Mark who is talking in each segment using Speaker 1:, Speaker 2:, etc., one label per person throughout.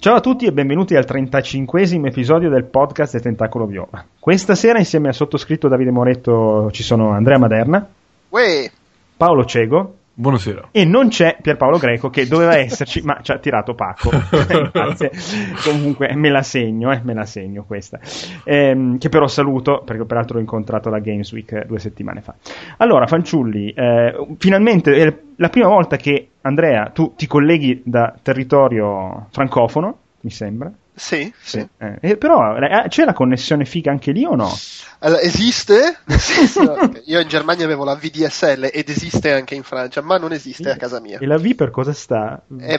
Speaker 1: Ciao a tutti e benvenuti al 35esimo episodio del podcast del Tentacolo Viola. Questa sera insieme al sottoscritto Davide Moretto ci sono Andrea Maderna, Paolo Cego.
Speaker 2: Buonasera.
Speaker 1: E non c'è Pierpaolo Greco, che doveva esserci, ma ci ha tirato Paco. Grazie. Comunque me la segno questa. Che però saluto, perché peraltro l'ho incontrato alla Games Week 2 settimane fa. Allora, fanciulli, finalmente è la prima volta che, Andrea, tu ti colleghi da territorio francofono, mi sembra.
Speaker 3: Sì.
Speaker 1: Però c'è la connessione figa anche lì o no?
Speaker 3: Allora, esiste? Io in Germania avevo la VDSL ed esiste anche in Francia, ma non esiste a casa mia.
Speaker 1: E la V per cosa sta?
Speaker 3: È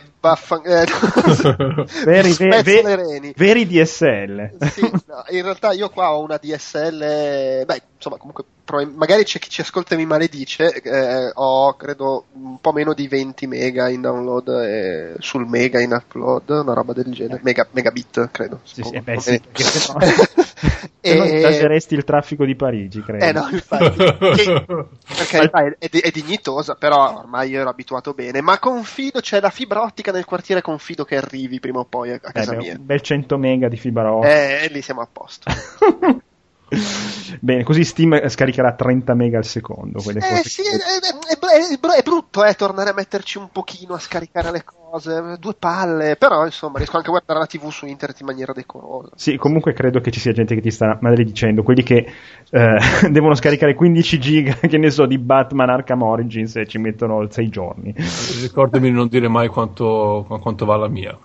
Speaker 1: veri DSL.
Speaker 3: Sì, no, in realtà io qua ho una DSL, insomma, comunque magari c'è chi ci ascolta e mi maledice, ho credo un po' meno di 20 mega in download e sul mega in upload, una roba del genere, megabit credo.
Speaker 1: Sì, perché se no esageresti il traffico di Parigi, credo.
Speaker 3: No, infatti, perché è dignitosa, però ormai io ero abituato bene, ma confido, c'è la fibra ottica nel quartiere, confido che arrivi prima o poi a casa mia.
Speaker 1: Un bel 100 mega di fibra ottica.
Speaker 3: E lì siamo a posto.
Speaker 1: Bene, così Steam scaricherà 30 mega al secondo. Quelle cose
Speaker 3: sì, è brutto tornare a metterci un pochino a scaricare le cose, due palle, però insomma riesco anche a guardare la TV su internet in maniera decorosa.
Speaker 1: Sì, comunque credo che ci sia gente che ti sta maledicendo, quelli che devono scaricare 15 giga, che ne so, di Batman Arkham Origins e ci mettono 6 giorni.
Speaker 2: Ricordami di non dire mai quanto va la mia.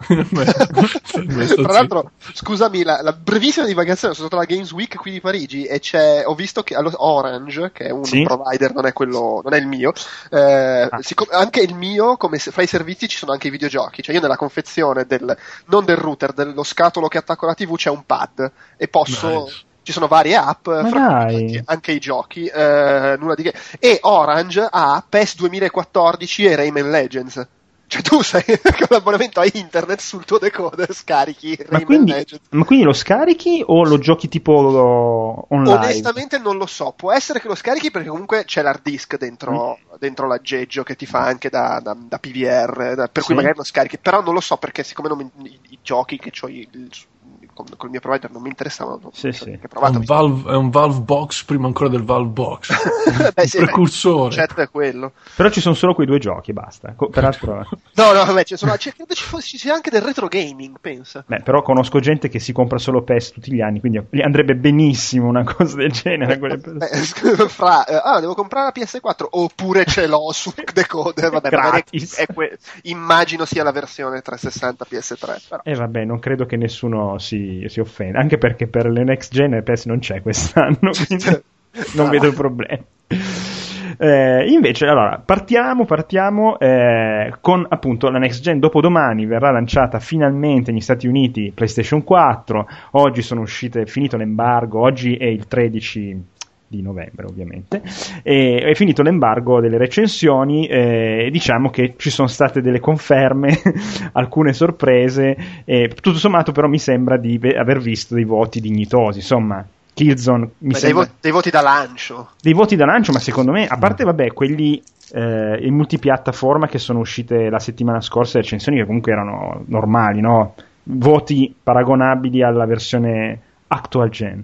Speaker 3: Tra l'altro, scusami, la brevissima divagazione, sono stato alla Games Week qui di Parigi e ho visto che Orange, che è un provider, non è il mio, anche il mio, come fra i servizi ci sono anche i videogiochi, cioè io nella confezione non del router, dello scatolo che attacco alla TV c'è un pad e posso... Nice. Ci sono varie app, anche i giochi, nulla di che. E Orange ha PES 2014 e Rayman Legends. Cioè tu sei con l'abbonamento a internet sul tuo decoder scarichi Rayman Legends.
Speaker 1: Ma quindi lo scarichi o lo giochi tipo online?
Speaker 3: Onestamente non lo so, può essere che lo scarichi perché comunque c'è l'hard disk dentro l'aggeggio che ti fa anche da PVR, per cui magari lo scarichi, però non lo so perché siccome i giochi che ho col mio provider non mi interessavano.
Speaker 1: Sì.
Speaker 2: È un Valve Box prima ancora del Valve Box. Il precursore.
Speaker 3: Certo, è quello.
Speaker 1: Però ci sono solo quei due giochi, basta. Peraltro
Speaker 3: vabbè, credo ci sia anche del retro gaming, pensa.
Speaker 1: Però conosco gente che si compra solo PES tutti gli anni, quindi gli andrebbe benissimo una cosa del genere.
Speaker 3: Devo comprare la PS4 oppure ce l'ho su decoder, vabbè,
Speaker 1: gratis.
Speaker 3: Immagino sia la versione 360 PS3. Però.
Speaker 1: Vabbè, non credo che nessuno si offenda, anche perché per le next gen PES non c'è quest'anno, quindi non vedo il problema. Invece, allora, partiamo con appunto la next gen. Dopodomani verrà lanciata finalmente negli Stati Uniti PlayStation 4. Oggi finito l'embargo, oggi è il 13 di novembre ovviamente, è finito l'embargo delle recensioni, diciamo che ci sono state delle conferme, alcune sorprese, tutto sommato però mi sembra di aver visto dei voti dignitosi, insomma. Killzone
Speaker 3: dei voti da lancio,
Speaker 1: ma secondo me, a parte quelli in multipiattaforma che sono uscite la settimana scorsa, le recensioni che comunque erano normali, no? Voti paragonabili alla versione actual gen.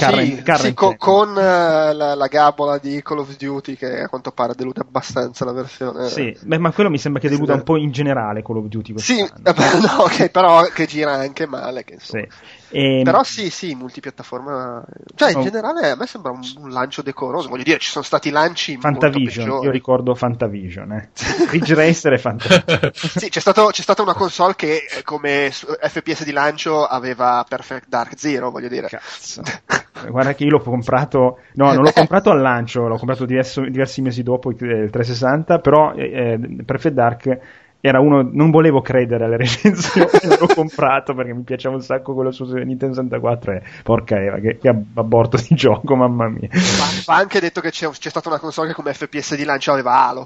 Speaker 3: Con la gabola di Call of Duty che a quanto pare delude abbastanza la versione.
Speaker 1: Sì, ma quello mi sembra che deluda un po' in generale Call of Duty quest'anno.
Speaker 3: Sì, però che gira anche male. Però sì, multipiattaforma. Cioè, in generale a me sembra un lancio decoroso. Voglio dire, ci sono stati lanci
Speaker 1: Fantavision,
Speaker 3: molto peggiori.
Speaker 1: Io ricordo Fantavision, Ridge Racer e Fantavision.
Speaker 3: Sì, c'è stata una console che come FPS di lancio aveva Perfect Dark Zero, voglio dire.
Speaker 1: Cazzo. Guarda che io l'ho comprato, non l'ho comprato al lancio, l'ho comprato diversi mesi dopo il 360, però Perfect Dark era uno, non volevo credere alle recensioni, l'ho comprato perché mi piaceva un sacco quello su Nintendo 64 e porca Eva, che aborto di gioco, mamma mia.
Speaker 3: Va anche detto che c'è stata una console che come FPS di lancio aveva Halo.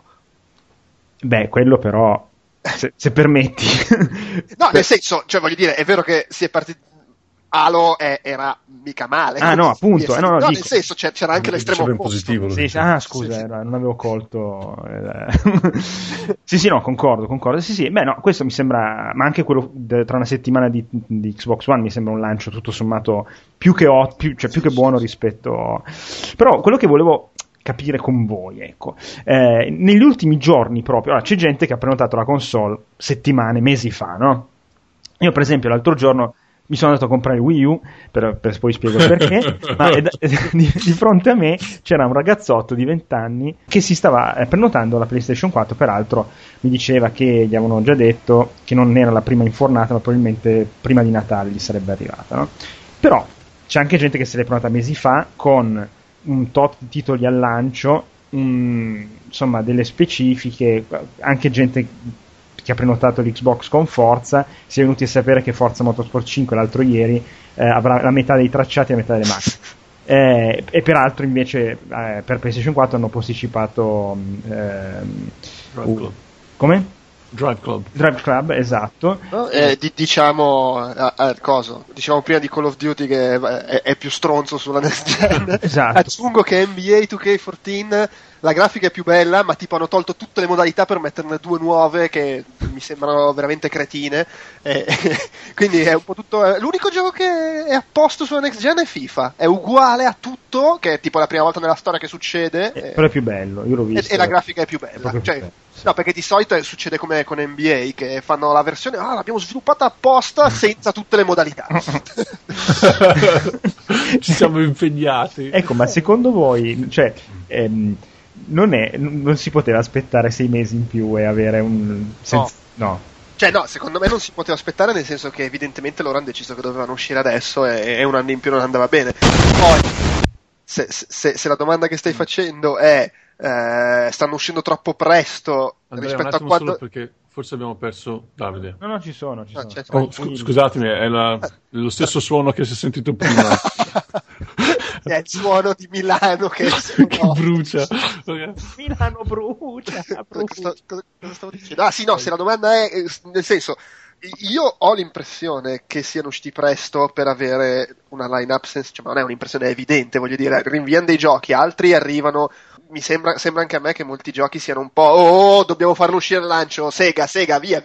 Speaker 1: Quello però, se permetti.
Speaker 3: No, nel senso, cioè voglio dire, è vero che si è partiti Halo era mica male.
Speaker 1: No, appunto.
Speaker 3: No, nel senso c'era anche l'estremo
Speaker 2: positivo.
Speaker 1: Sì, scusa, non avevo colto. Sì, no, concordo. Sì, beh, no, questo mi sembra, ma anche quello tra una settimana di Xbox One mi sembra un lancio tutto sommato più che buono rispetto. Però quello che volevo capire con voi, ecco, negli ultimi giorni proprio, allora, c'è gente che ha prenotato la console mesi fa, no? Io per esempio l'altro giorno mi sono andato a comprare il Wii U, poi spiego il perché, ma di fronte a me c'era un ragazzotto di 20 anni che si stava prenotando la PlayStation 4, peraltro mi diceva che gli avevano già detto che non era la prima infornata, ma probabilmente prima di Natale gli sarebbe arrivata, no? Però c'è anche gente che se l'è prenotata mesi fa con un tot di titoli al lancio, insomma delle specifiche, anche gente che ha prenotato l'Xbox con Forza, si è venuti a sapere che Forza Motorsport 5 l'altro ieri avrà la metà dei tracciati e la metà delle macchine. E peraltro invece per PlayStation 4 hanno posticipato come?
Speaker 2: Drive
Speaker 1: Club, esatto.
Speaker 3: Diciamo prima di Call of Duty che è più stronzo sulla next gen.
Speaker 1: Esatto.
Speaker 3: Aggiungo che NBA 2K14 la grafica è più bella, ma tipo hanno tolto tutte le modalità per metterne 2 nuove che mi sembrano veramente cretine, quindi è un po' tutto. L'unico gioco che è a posto sulla next gen è FIFA, è uguale a tutto, che è tipo la prima volta nella storia che succede,
Speaker 1: però è più bello, io l'ho visto,
Speaker 3: e la grafica è più bella, no, perché di solito succede come con NBA, che fanno la versione l'abbiamo sviluppata apposta senza tutte le modalità.
Speaker 2: Ci siamo impegnati.
Speaker 1: Ecco, ma secondo voi, cioè non si poteva aspettare 6 mesi in più e avere un no.
Speaker 3: Cioè no, secondo me non si poteva aspettare, nel senso che evidentemente loro hanno deciso che dovevano uscire adesso e un anno in più non andava bene. Poi se la domanda che stai facendo è stanno uscendo troppo presto, Andrea, rispetto a quando,
Speaker 2: solo perché forse abbiamo perso Davide.
Speaker 1: No, ci sono.
Speaker 2: Scusatemi, è lo stesso suono che si è sentito prima.
Speaker 3: È il suono di Milano che
Speaker 2: brucia.
Speaker 1: Milano brucia.
Speaker 3: Cosa stavo dicendo? Se la domanda è, nel senso, io ho l'impressione che siano usciti presto per avere una line-up ma non è un'impressione, è evidente, voglio dire, rinviano dei giochi, altri arrivano. Mi sembra anche a me che molti giochi siano un po' dobbiamo farlo uscire al lancio, Sega, via.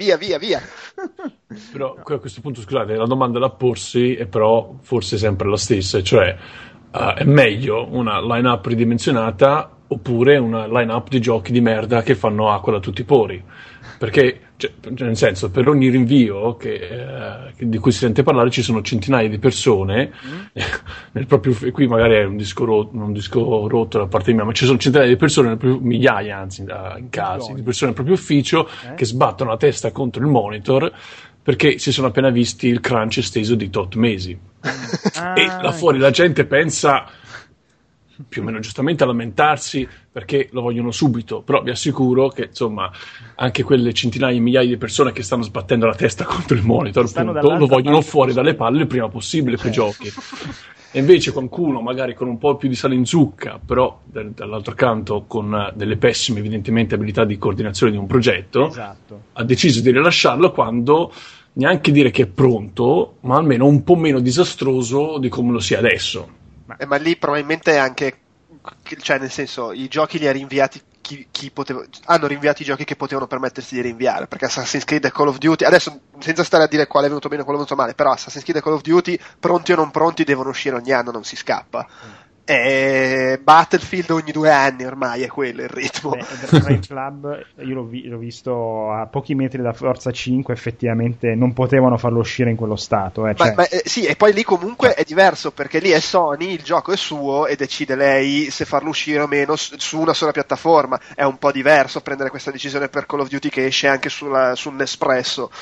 Speaker 2: Però a questo punto, scusate, la domanda da porsi è però forse sempre la stessa, cioè è meglio una line-up ridimensionata oppure una line-up di giochi di merda che fanno acqua da tutti i pori? Perché, nel senso, per ogni rinvio di cui si sente parlare ci sono centinaia di persone, nel proprio, qui magari è un disco rotto da parte mia, ma ci sono centinaia di persone, migliaia anzi, in casi, di persone nel proprio ufficio che sbattono la testa contro il monitor perché si sono appena visti il crunch esteso di tot mesi. E là fuori la gente pensa, più o meno giustamente, a lamentarsi perché lo vogliono subito, però vi assicuro che insomma anche quelle centinaia di migliaia di persone che stanno sbattendo la testa contro il monitor appunto, lo vogliono fuori dalle palle il prima possibile quei giochi. E invece qualcuno magari con un po' più di sale in zucca, però dall'altro canto con delle pessime evidentemente abilità di coordinazione di un progetto,
Speaker 1: esatto,
Speaker 2: ha deciso di rilasciarlo quando neanche dire che è pronto, ma almeno un po' meno disastroso di come lo sia adesso.
Speaker 3: Ma lì probabilmente è anche, cioè nel senso, i giochi li ha rinviati hanno rinviato i giochi che potevano permettersi di rinviare, perché Assassin's Creed e Call of Duty, adesso senza stare a dire quale è venuto bene e quale è venuto male, però Assassin's Creed e Call of Duty, pronti o non pronti, devono uscire ogni anno, non si scappa. E Battlefield ogni 2 anni ormai è quello il ritmo.
Speaker 1: Drive Club io l'ho visto a pochi metri da Forza 5, effettivamente non potevano farlo uscire in quello stato,
Speaker 3: sì, e poi lì comunque è diverso, perché lì è Sony, il gioco è suo e decide lei se farlo uscire o meno su una sola piattaforma. È un po' diverso prendere questa decisione per Call of Duty che esce anche su Nespresso.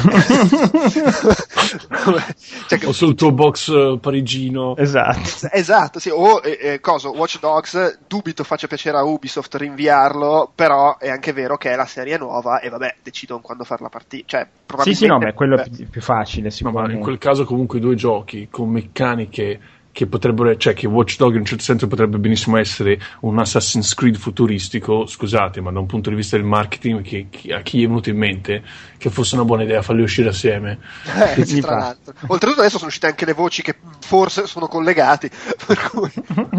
Speaker 2: O sul tuo box parigino.
Speaker 1: Esatto,
Speaker 3: sì. Watch Dogs, dubito faccia piacere a Ubisoft rinviarlo, però è anche vero che è la serie nuova e vabbè, decidono quando farla partire, cioè probabilmente
Speaker 1: ma è quello più facile
Speaker 2: sicuramente. Ma in quel caso comunque 2 giochi con meccaniche che potrebbero, cioè che Watch Dogs in un certo senso potrebbe benissimo essere un Assassin's Creed futuristico, scusate, ma da un punto di vista del marketing, a chi è venuto in mente che fosse una buona idea farli uscire assieme?
Speaker 3: Sì, tra l'altro. Oltretutto adesso sono uscite anche le voci che forse sono collegati, per cui...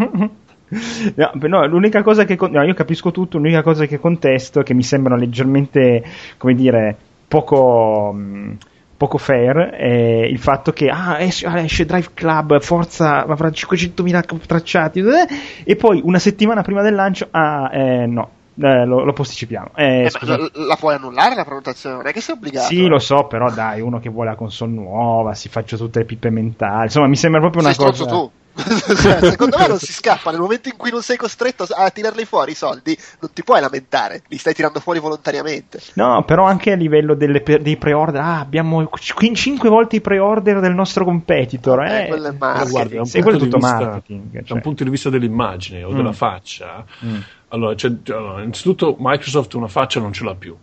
Speaker 1: No, l'unica cosa che io capisco tutto, l'unica cosa che contesto è che mi sembrano leggermente, come dire, poco fair è il fatto che esce Drive Club, Forza avrà 500.000 tracciati e poi una settimana prima del lancio no, lo posticipiamo.
Speaker 3: La puoi annullare la prenotazione, non è che sei obbligato.
Speaker 1: Sì, lo so, però dai, uno che vuole la console nuova, si faccia tutte le pippe mentali, insomma mi sembra proprio una cosa...
Speaker 3: tu. Secondo me non si scappa nel momento in cui non sei costretto a tirarli fuori i soldi, non ti puoi lamentare, li stai tirando fuori volontariamente.
Speaker 1: No, però anche a livello dei pre-order, abbiamo 5 volte i pre-order del nostro competitor,
Speaker 3: quello è marketing.
Speaker 1: Sì, quello è tutto marketing,
Speaker 2: da un punto di vista dell'immagine o della faccia. Allora, innanzitutto Microsoft una faccia non ce l'ha più.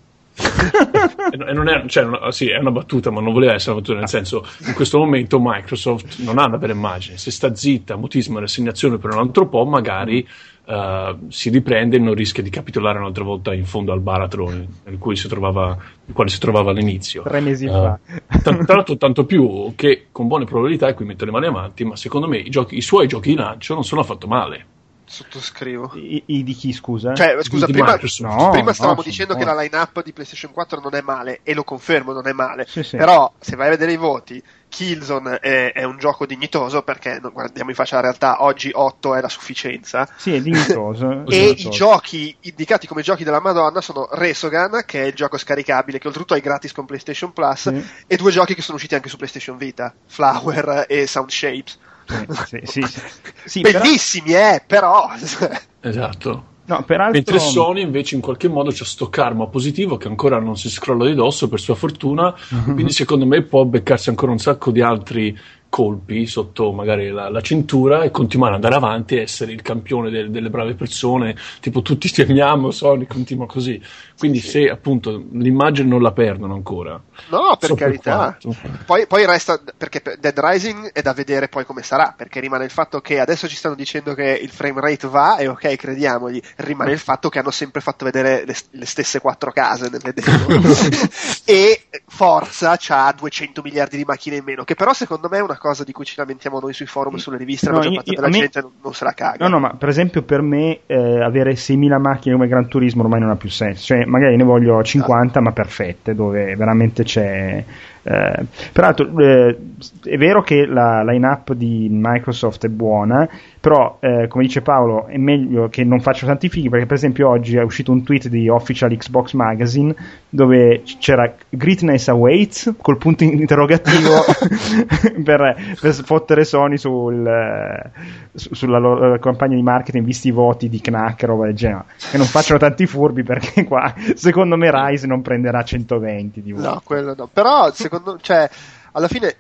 Speaker 2: E non è, sì, è una battuta, ma non voleva essere una battuta, nel senso, in questo momento Microsoft non ha una bella immagine, se sta zitta, mutisma, rassegnazione per un altro po', magari si riprende e non rischia di capitolare un'altra volta in fondo al baratro nel quale si trovava all'inizio
Speaker 1: 3 mesi fa.
Speaker 2: Tra l'altro, tanto più che con buone probabilità, e qui metto le mani avanti, ma secondo me i suoi giochi di lancio non sono affatto male.
Speaker 3: Sottoscrivo.
Speaker 1: I di chi, scusa?
Speaker 3: Cioè, scusa,
Speaker 2: di
Speaker 3: prima stavamo dicendo che la line-up di PlayStation 4 non è male, e lo confermo, non è male.
Speaker 1: Sì.
Speaker 3: Però, se vai a vedere i voti, Killzone è un gioco dignitoso, perché guardiamo in faccia la realtà, oggi 8 è la sufficienza.
Speaker 1: Sì, è dignitoso.
Speaker 3: E i giochi indicati come giochi della Madonna sono Resogun, che è il gioco scaricabile, che oltretutto è gratis con PlayStation Plus, e 2 giochi che sono usciti anche su PlayStation Vita, Flower e Sound Shapes.
Speaker 1: Sì,
Speaker 3: bellissimi, però
Speaker 2: esatto.
Speaker 1: No, peraltro...
Speaker 2: Mentre Sony invece in qualche modo c'ha sto karma positivo che ancora non si scrolla di dosso, per sua fortuna, quindi secondo me può beccarsi ancora un sacco di altri colpi sotto magari la cintura e continuare ad andare avanti e essere il campione delle brave persone, tipo tutti ti amiamo, Sony continua così, quindi se appunto l'immagine non la perdono ancora,
Speaker 3: no, per carità, poi resta, perché Dead Rising è da vedere poi come sarà, perché rimane il fatto che adesso ci stanno dicendo che il frame rate va e ok, crediamogli, rimane il fatto che hanno sempre fatto vedere le stesse 4 case nelle demo e Forza c'ha 200 miliardi di macchine in meno, che però secondo me è una cosa di cui ci lamentiamo noi sui forum, sulle riviste, la maggior parte della gente non se la caga.
Speaker 1: No, ma per esempio per me avere 6.000 macchine come Gran Turismo ormai non ha più senso, cioè magari ne voglio 50 ma perfette, dove veramente c'è peraltro è vero che la line-up di Microsoft è buona, però come dice Paolo è meglio che non faccia tanti fighi, perché per esempio oggi è uscito un tweet di Official Xbox Magazine dove c'era Greatness Awaits col punto interrogativo per sfottere Sony sulla loro campagna di marketing, visti i voti di Knack, roba del genere, che non facciano tanti furbi, perché qua secondo me Rise non prenderà 120 di voti.
Speaker 3: No, quello no, però cioè alla fine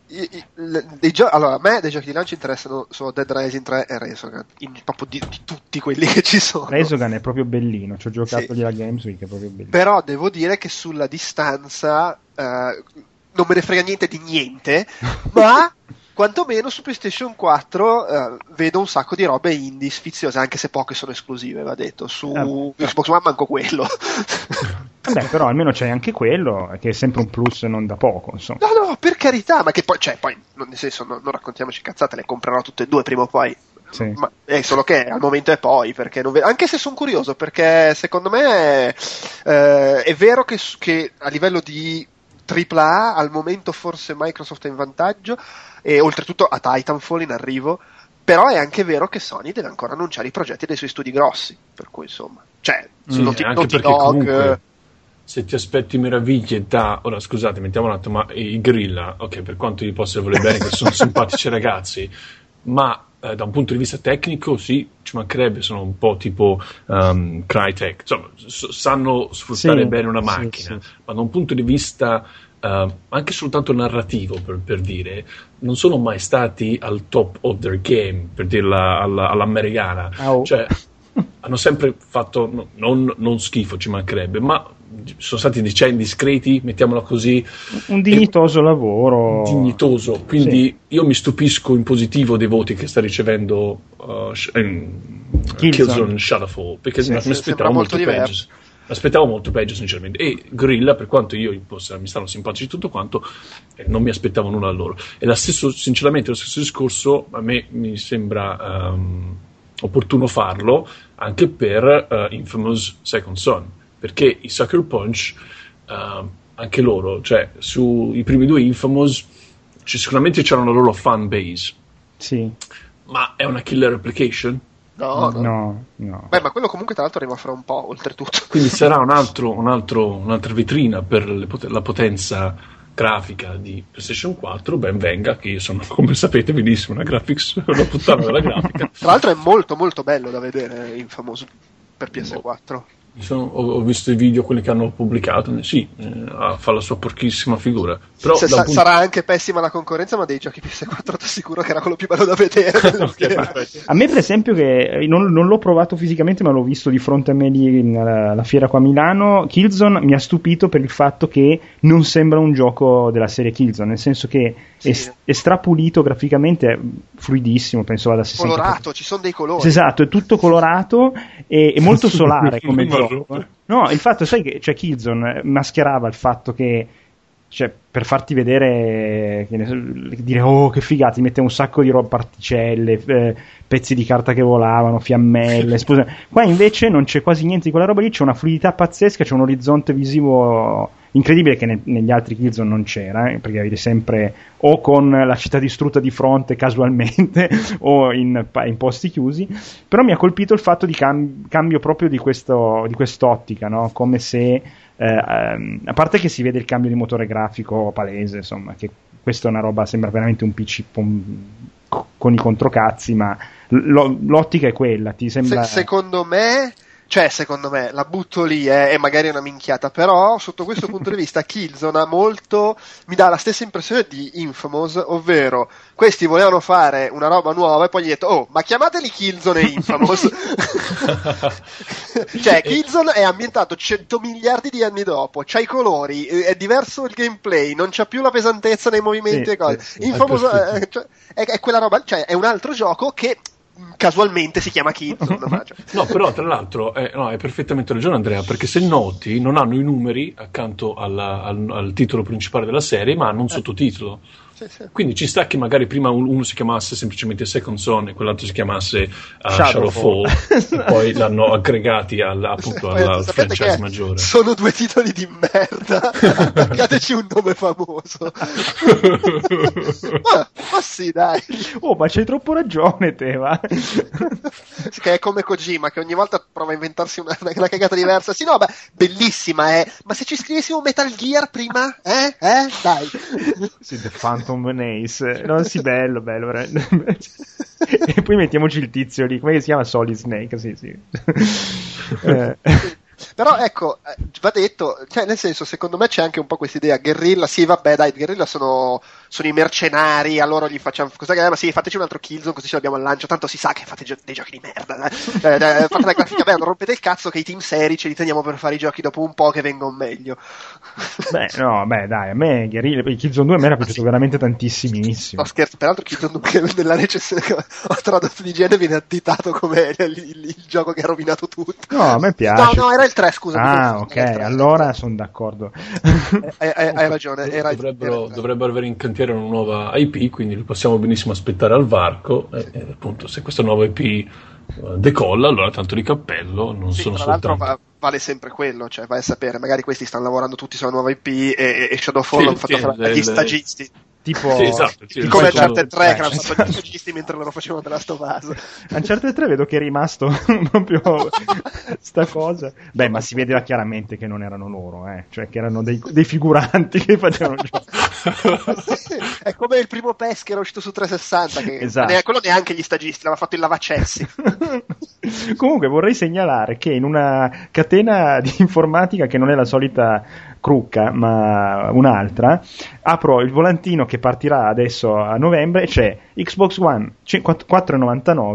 Speaker 3: allora a me dei giochi di lancio interessano solo Dead Rising 3 e Resogun, proprio di tutti quelli che ci sono.
Speaker 1: Resogun è proprio bellino, ci ho giocato lì alla Games Week, è proprio bellino.
Speaker 3: Però devo dire che sulla distanza non me ne frega niente di niente, ma quantomeno su PlayStation 4 vedo un sacco di robe indie sfiziose, anche se poche sono esclusive, va detto. Su Xbox One manco quello.
Speaker 1: Vabbè, però almeno c'è anche quello, che è sempre un plus non da poco, insomma.
Speaker 3: No, per carità, ma che poi, nel senso, non raccontiamoci cazzate, le comprerò tutte e due prima o poi.
Speaker 1: Sì.
Speaker 3: Ma è solo che al momento è poi, perché anche se sono curioso, perché secondo me è vero che a livello di AAA al momento forse Microsoft è in vantaggio, e oltretutto a Titanfall in arrivo, però è anche vero che Sony deve ancora annunciare i progetti dei suoi studi grossi, per cui insomma, cioè
Speaker 2: Naughty Dog, comunque, se ti aspetti meraviglie ora scusate, mettiamo un attimo, ma i Guerrilla, ok, per quanto gli possa voler bene, che sono simpatici ragazzi, ma da un punto di vista tecnico sì, ci mancherebbe, sono un po' tipo Crytek, insomma sanno sfruttare bene una macchina, ma da un punto di vista anche soltanto narrativo, per dire, non sono mai stati al top of their game, per dirla all'americana. Cioè hanno sempre fatto non schifo, ci mancherebbe, ma sono stati decenni discreti, mettiamola così.
Speaker 1: Un dignitoso lavoro.
Speaker 2: Dignitoso, quindi io mi stupisco in positivo dei voti che sta ricevendo Killzone Shadowfall, perché mi aspettavo molto peggio. Aspettavo molto peggio, sinceramente. E Guerrilla, per quanto mi stanno simpatici tutto quanto, non mi aspettavo nulla da loro. E sinceramente, lo stesso discorso a me mi sembra opportuno farlo anche per Infamous Second Son, perché i Sucker Punch, anche loro, cioè sui primi 2 Infamous sicuramente c'era una loro fan base.
Speaker 1: Sì.
Speaker 2: Ma è una killer application?
Speaker 1: No.
Speaker 3: Beh, ma quello comunque tra l'altro arriva fra un po', oltretutto.
Speaker 2: Quindi sarà un'altra vetrina per la potenza grafica di PlayStation 4. Ben venga, che io sono, come sapete benissimo, una puttana della grafica.
Speaker 3: Tra l'altro è molto molto bello da vedere Infamous per PS4.
Speaker 2: Ho visto i video, quelli che hanno pubblicato, fa la sua porchissima figura. Però
Speaker 3: sarà anche pessima la concorrenza, ma dei giochi PS4 ti assicuro che era quello più bello da vedere.
Speaker 1: A me per esempio, che non l'ho provato fisicamente, ma l'ho visto di fronte a me lì alla fiera qua a Milano, Killzone mi ha stupito per il fatto che non sembra un gioco della serie Killzone, nel senso che è strapulito graficamente, è fluidissimo, penso vada a 60.
Speaker 3: Colorato, ci sono dei colori.
Speaker 1: Esatto, è tutto colorato e molto solare come gioco. No, il fatto, sai che Killzone mascherava il fatto che, cioè, per farti vedere, dire oh che figata, ti mette un sacco di particelle, pezzi di carta che volavano, fiammelle, esplosioni. Qua invece non c'è quasi niente di quella roba lì, c'è una fluidità pazzesca, c'è un orizzonte visivo incredibile che negli altri Killzone non c'era, perché avevi sempre o con la città distrutta di fronte casualmente o in posti chiusi. Però mi ha colpito il fatto di cambio proprio di quest'ottica, no? Come se a parte che si vede il cambio di motore grafico palese, insomma, che questa è una roba, sembra veramente un PC con i controcazzi, ma l'ottica è quella, ti sembra...
Speaker 3: Secondo me, la butto lì, è magari una minchiata, però sotto questo punto di vista Killzone mi dà la stessa impressione di Infamous, ovvero questi volevano fare una roba nuova e poi gli ho detto oh, ma chiamateli Killzone e Infamous. Cioè Killzone è ambientato 100 miliardi di anni dopo, c'ha i colori, è diverso il gameplay, non c'ha più la pesantezza nei movimenti e cose. Infamous è quella roba, cioè è un altro gioco che casualmente si chiama Killzone.
Speaker 2: No, però tra l'altro hai perfettamente ragione Andrea, perché se noti non hanno i numeri accanto al titolo principale della serie, ma hanno un sottotitolo. Sì. Quindi ci sta che magari prima uno si chiamasse semplicemente Second Son e quell'altro si chiamasse Shadowfall e poi l'hanno aggregati al franchise maggiore.
Speaker 3: Sono 2 titoli di merda, attacchiateci un nome famoso. ma sì, dai.
Speaker 1: Oh, ma c'hai troppo ragione te, va.
Speaker 3: Che è come Kojima, che ogni volta prova a inventarsi una cagata diversa. Sì, no, bellissima, ma se ci scrivessimo Metal Gear prima, dai.
Speaker 1: Sì, The Phantom Menace, no, sì, bello e poi mettiamoci il tizio lì, come si chiama? Solid Snake, sì.
Speaker 3: Però ecco, va detto, cioè nel senso, secondo me c'è anche un po' questa idea, Guerrilla, sì vabbè dai, Guerrilla sono i mercenari, allora gli facciamo, ma sì, fateci un altro Killzone così ce l'abbiamo al lancio, tanto si sa che fate dei giochi di merda, fate la grafica, non rompete il cazzo che i team seri ce li teniamo per fare i giochi dopo un po' che vengono meglio.
Speaker 1: Dai, a me Guerrilla, Killzone 2 a me era piaciuto veramente tantissimissimo.
Speaker 3: No scherzo, peraltro Killzone 2 nella recensione che ho tradotto di genere viene additato come il gioco che ha rovinato tutto.
Speaker 1: No, a me piace.
Speaker 3: No, era il 3, scusa.
Speaker 1: Ok, allora sono d'accordo.
Speaker 3: Hai ragione.
Speaker 2: Dovrebbero avere in cantiere una nuova IP, quindi lo possiamo benissimo aspettare al varco. Appunto, se questa nuova IP decolla, allora tanto di cappello. Non sono
Speaker 3: tra
Speaker 2: soltanto.
Speaker 3: L'altro vale sempre quello, cioè vai a sapere, magari questi stanno lavorando tutti sulla nuova IP e Shadowfall l'hanno fatto fare agli stagisti.
Speaker 1: Tipo
Speaker 3: come Uncharted 3 che hanno fatto gli stagisti mentre loro facevano The Last of Us.
Speaker 1: Uncharted 3 vedo che è rimasto proprio sta cosa. Beh, ma si vedeva chiaramente che non erano loro, cioè che erano dei figuranti che facevano il gioco.
Speaker 3: È come il primo PES che era uscito su 360, che
Speaker 1: esatto.
Speaker 3: Quello neanche gli stagisti, l'aveva fatto il lavacessi.
Speaker 1: Comunque vorrei segnalare che in una catena di informatica che non è la solita Crucca, ma un'altra, apro il volantino che partirà adesso a novembre, c'è Xbox One 4,99,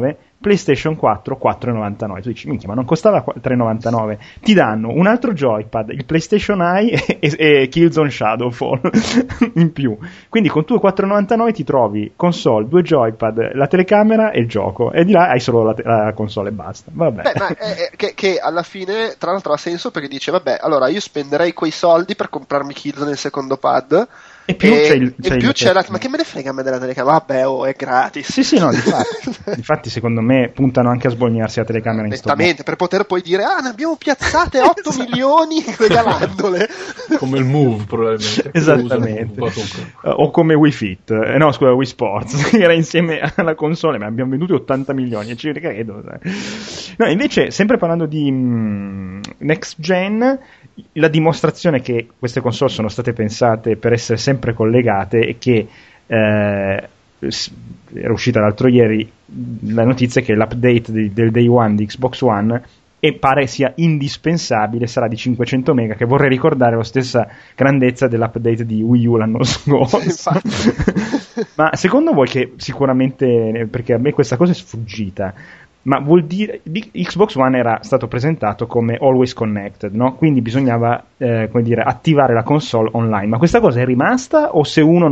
Speaker 1: PlayStation 4 4,99. Tu dici, minchia, ma non costava 3,99? Ti danno un altro joypad, il PlayStation Eye e Killzone Shadowfall in più. Quindi con 4,99 ti trovi console, 2 joypad, la telecamera e il gioco, e di là hai solo la console e basta. Vabbè.
Speaker 3: Beh, ma che alla fine tra l'altro ha senso, perché dice vabbè, allora io spenderei quei soldi per comprarmi Killzone nel secondo pad.
Speaker 1: E più c'è
Speaker 3: ma che me ne frega a me della telecamera? Vabbè, è gratis.
Speaker 1: Sì, no, difatti secondo me puntano anche a sbolniarsi la telecamera in sto modo,
Speaker 3: per poter poi dire ne abbiamo piazzate 8 milioni regalandole.
Speaker 2: Come il Move probabilmente.
Speaker 1: Esattamente. O come Wii Fit, no scusa, Wii Sports, che era insieme alla console, ma abbiamo venduti 80 milioni e ci credo. No, invece, sempre parlando di next gen, la dimostrazione che queste console sono state pensate per essere sempre collegate è che era uscita l'altro ieri la notizia che l'update del day one di Xbox One e pare sia indispensabile, sarà di 500 mega, che vorrei ricordare la stessa grandezza dell'update di Wii U l'anno scorso. Ma secondo voi, che sicuramente, perché a me questa cosa è sfuggita, ma vuol dire Xbox One era stato presentato come always connected, no? Quindi bisognava attivare la console online, ma questa cosa è rimasta, o se uno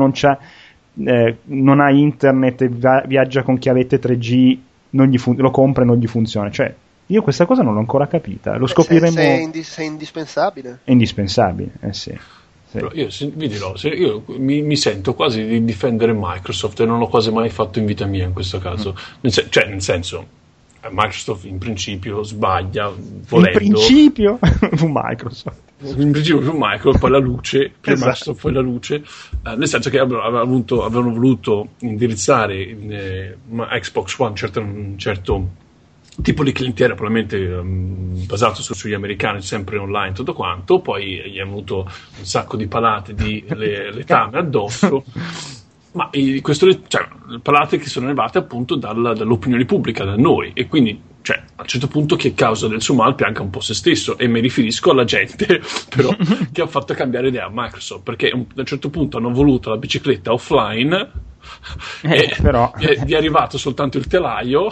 Speaker 1: non ha internet e viaggia con chiavette 3G lo compra e non gli funziona? Cioè, io questa cosa non l'ho ancora capita, lo scopriremo.
Speaker 3: Se è indispensabile.
Speaker 1: È indispensabile, sì.
Speaker 2: Però io vi dirò, io mi sento quasi di difendere Microsoft, e non l'ho quasi mai fatto in vita mia in questo caso. Nel senso, Microsoft in principio sbaglia volendo.
Speaker 1: In principio fu Microsoft.
Speaker 2: In principio fu Microsoft, poi la luce, prima
Speaker 1: esatto.
Speaker 2: Microsoft poi la luce, nel senso che avevano voluto indirizzare Xbox One un certo tipo di clientela, probabilmente basato sugli americani, sempre online, tutto quanto. Poi gli hanno avuto un sacco di palate di letame addosso. Ma palate che sono arrivate appunto dall'opinione pubblica, da noi, e quindi a un certo punto chi è causa del suo mal pianca un po' se stesso, e mi riferisco alla gente però che ha fatto cambiare idea a Microsoft, perché a un certo punto hanno voluto la bicicletta offline
Speaker 1: però
Speaker 2: vi è arrivato soltanto il telaio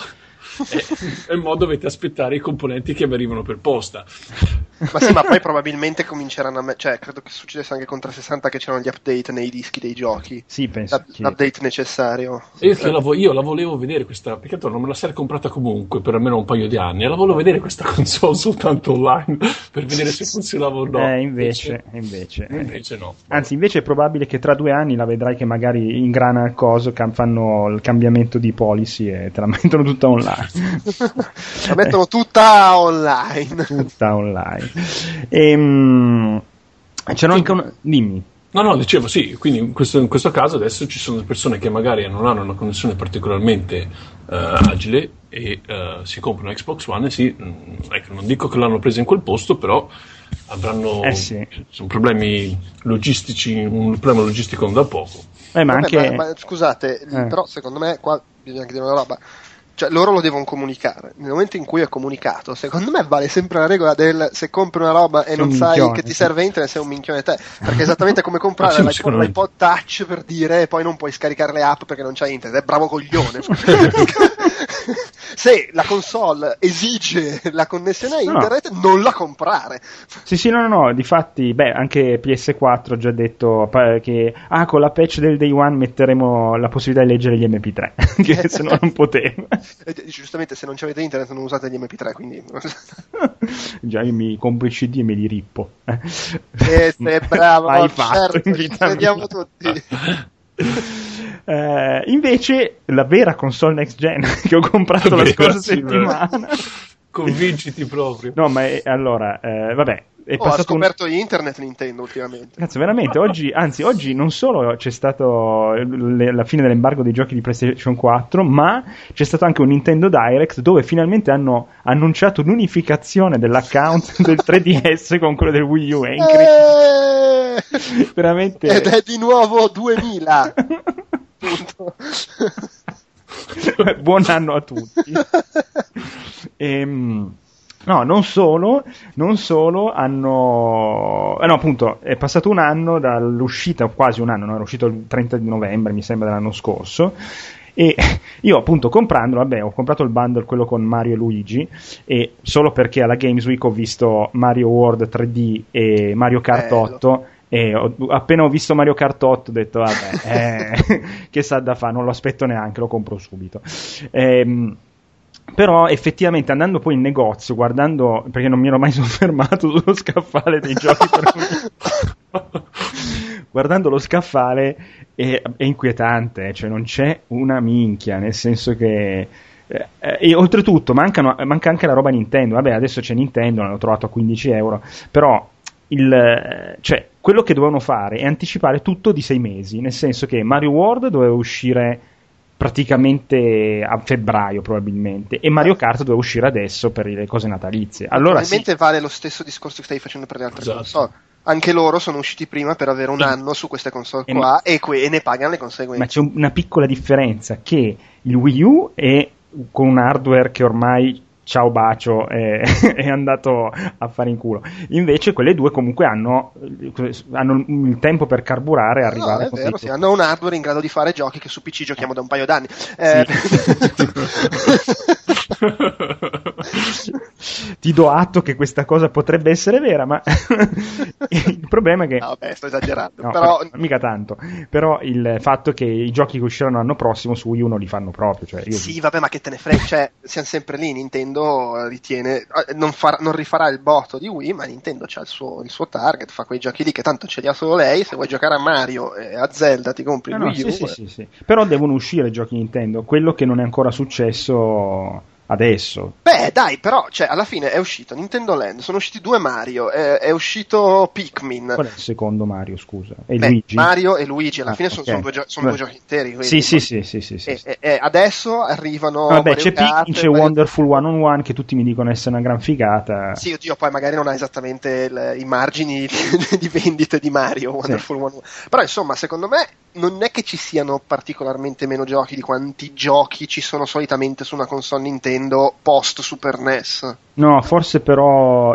Speaker 2: e in modo dovete aspettare i componenti che vi arrivano per posta.
Speaker 3: Ma sì, ma poi probabilmente cominceranno credo che succedesse anche con 360, che c'erano gli update nei dischi dei giochi.
Speaker 1: Sì, penso
Speaker 3: l'update necessario.
Speaker 2: Io la volevo vedere questa, perché non me la sarei comprata comunque per almeno un paio di anni, e la volevo vedere questa console soltanto online per vedere se funzionava o no.
Speaker 1: Invece
Speaker 2: no.
Speaker 1: Anzi, invece è probabile che tra 2 anni la vedrai che magari ingrana il coso, fanno il cambiamento di policy e te la mettono tutta online.
Speaker 3: La mettono tutta online.
Speaker 1: C'era anche dimmi.
Speaker 2: No, dicevo sì, quindi in questo caso adesso ci sono persone che magari non hanno una connessione particolarmente agile e si comprano Xbox One e non dico che l'hanno presa in quel posto, però avranno sono problemi logistici, un problema logistico non da poco.
Speaker 3: Ma scusate, però secondo me qua bisogna anche dire una roba. Cioè, loro lo devono comunicare. Nel momento in cui è comunicato, secondo me vale sempre la regola del se compri una roba e non sai che ti serve internet, sei un minchione te. Perché è esattamente come comprare l'iPod Touch, per dire, e poi non puoi scaricare le app perché non c'hai internet. È bravo coglione. Se la console esige la connessione a internet, non la comprare.
Speaker 1: Sì, no, difatti, anche PS4 ha già detto che con la patch del Day One metteremo la possibilità di leggere gli MP3, che se no non potevo.
Speaker 3: Giustamente, se non c'avete internet non usate gli MP3, quindi
Speaker 1: già io mi compro i CD e me li rippo.
Speaker 3: Sei bravo,
Speaker 1: hai fatto,
Speaker 3: vediamo tutti.
Speaker 1: Invece la vera console next gen che ho comprato la scorsa settimana,
Speaker 2: convinciti proprio.
Speaker 1: No, ma allora vabbè,
Speaker 3: ha scoperto internet Nintendo ultimamente.
Speaker 1: Cazzo, veramente, oggi non solo c'è stato la fine dell'embargo dei giochi di PlayStation 4, ma c'è stato anche un Nintendo Direct dove finalmente hanno annunciato l'unificazione dell'account del 3DS con quello del Wii U. È incredibile. Veramente.
Speaker 3: Ed è di nuovo 2000.
Speaker 1: Buon anno a tutti. No, non solo hanno appunto, è passato un anno dall'uscita, quasi un anno, no? Era uscito il 30 di novembre mi sembra dell'anno scorso, E io appunto comprandolo, vabbè, ho comprato il bundle, quello con Mario e Luigi, e solo perché alla Games Week ho visto Mario World 3D e Mario Kart 8, e appena ho visto Mario Kart 8 ho detto vabbè, che sa da fare, non lo aspetto neanche, lo compro subito. Però effettivamente andando poi in negozio, guardando, perché non mi ero mai soffermato sullo scaffale dei giochi guardando lo scaffale è inquietante, cioè non c'è una minchia, nel senso che e oltretutto manca anche la roba Nintendo. Vabbè, adesso c'è Nintendo, l'hanno trovato a €15, però cioè, quello che dovevano fare è anticipare tutto di 6 mesi, nel senso che Mario World doveva uscire praticamente a febbraio probabilmente, e Mario Kart doveva uscire adesso per le cose natalizie. Allora
Speaker 3: probabilmente vale lo stesso discorso che stai facendo per le altre console. Anche loro sono usciti prima per avere un anno su queste console qua e ne pagano le conseguenze.
Speaker 1: Ma c'è una piccola differenza, che il Wii U è con un hardware che ormai, ciao bacio, è andato a fare in culo. Invece quelle due comunque hanno il tempo per carburare e arrivare
Speaker 3: è vero, sì, hanno un hardware in grado di fare giochi che su PC giochiamo da un paio d'anni.
Speaker 1: Ti do atto che questa cosa potrebbe essere vera, ma il problema è che
Speaker 3: sto esagerando,
Speaker 1: però mica tanto. Però il fatto che i giochi che usciranno l'anno prossimo su Wii U non li fanno proprio, cioè
Speaker 3: sì, vabbè, ma che te ne frega, cioè siamo sempre lì. Nintendo ritiene non rifarà il botto di Wii, ma Nintendo c'ha il suo target, fa quei giochi lì che tanto ce li ha solo lei. Se vuoi giocare a Mario e a Zelda ti compri il Wii U.
Speaker 1: Sì. Però devono uscire giochi Nintendo, quello che non è ancora successo adesso.
Speaker 3: Beh, dai, però, cioè, alla fine è uscito Nintendo Land, sono usciti 2 Mario, è uscito Pikmin.
Speaker 1: Qual è il secondo Mario, scusa? Luigi?
Speaker 3: Mario e Luigi, alla fine sono due giochi interi. Quindi,
Speaker 1: sì.
Speaker 3: E adesso arrivano
Speaker 1: Vabbè, c'è Pikmin, c'è Wonderful 1-on-1, che tutti mi dicono essere una gran figata.
Speaker 3: Sì, oddio, poi magari non ha esattamente i margini di vendite di Mario, Wonderful 1-on-1. Però, insomma, secondo me non è che ci siano particolarmente meno giochi di quanti giochi ci sono solitamente su una console Nintendo post Super NES.
Speaker 1: No, forse però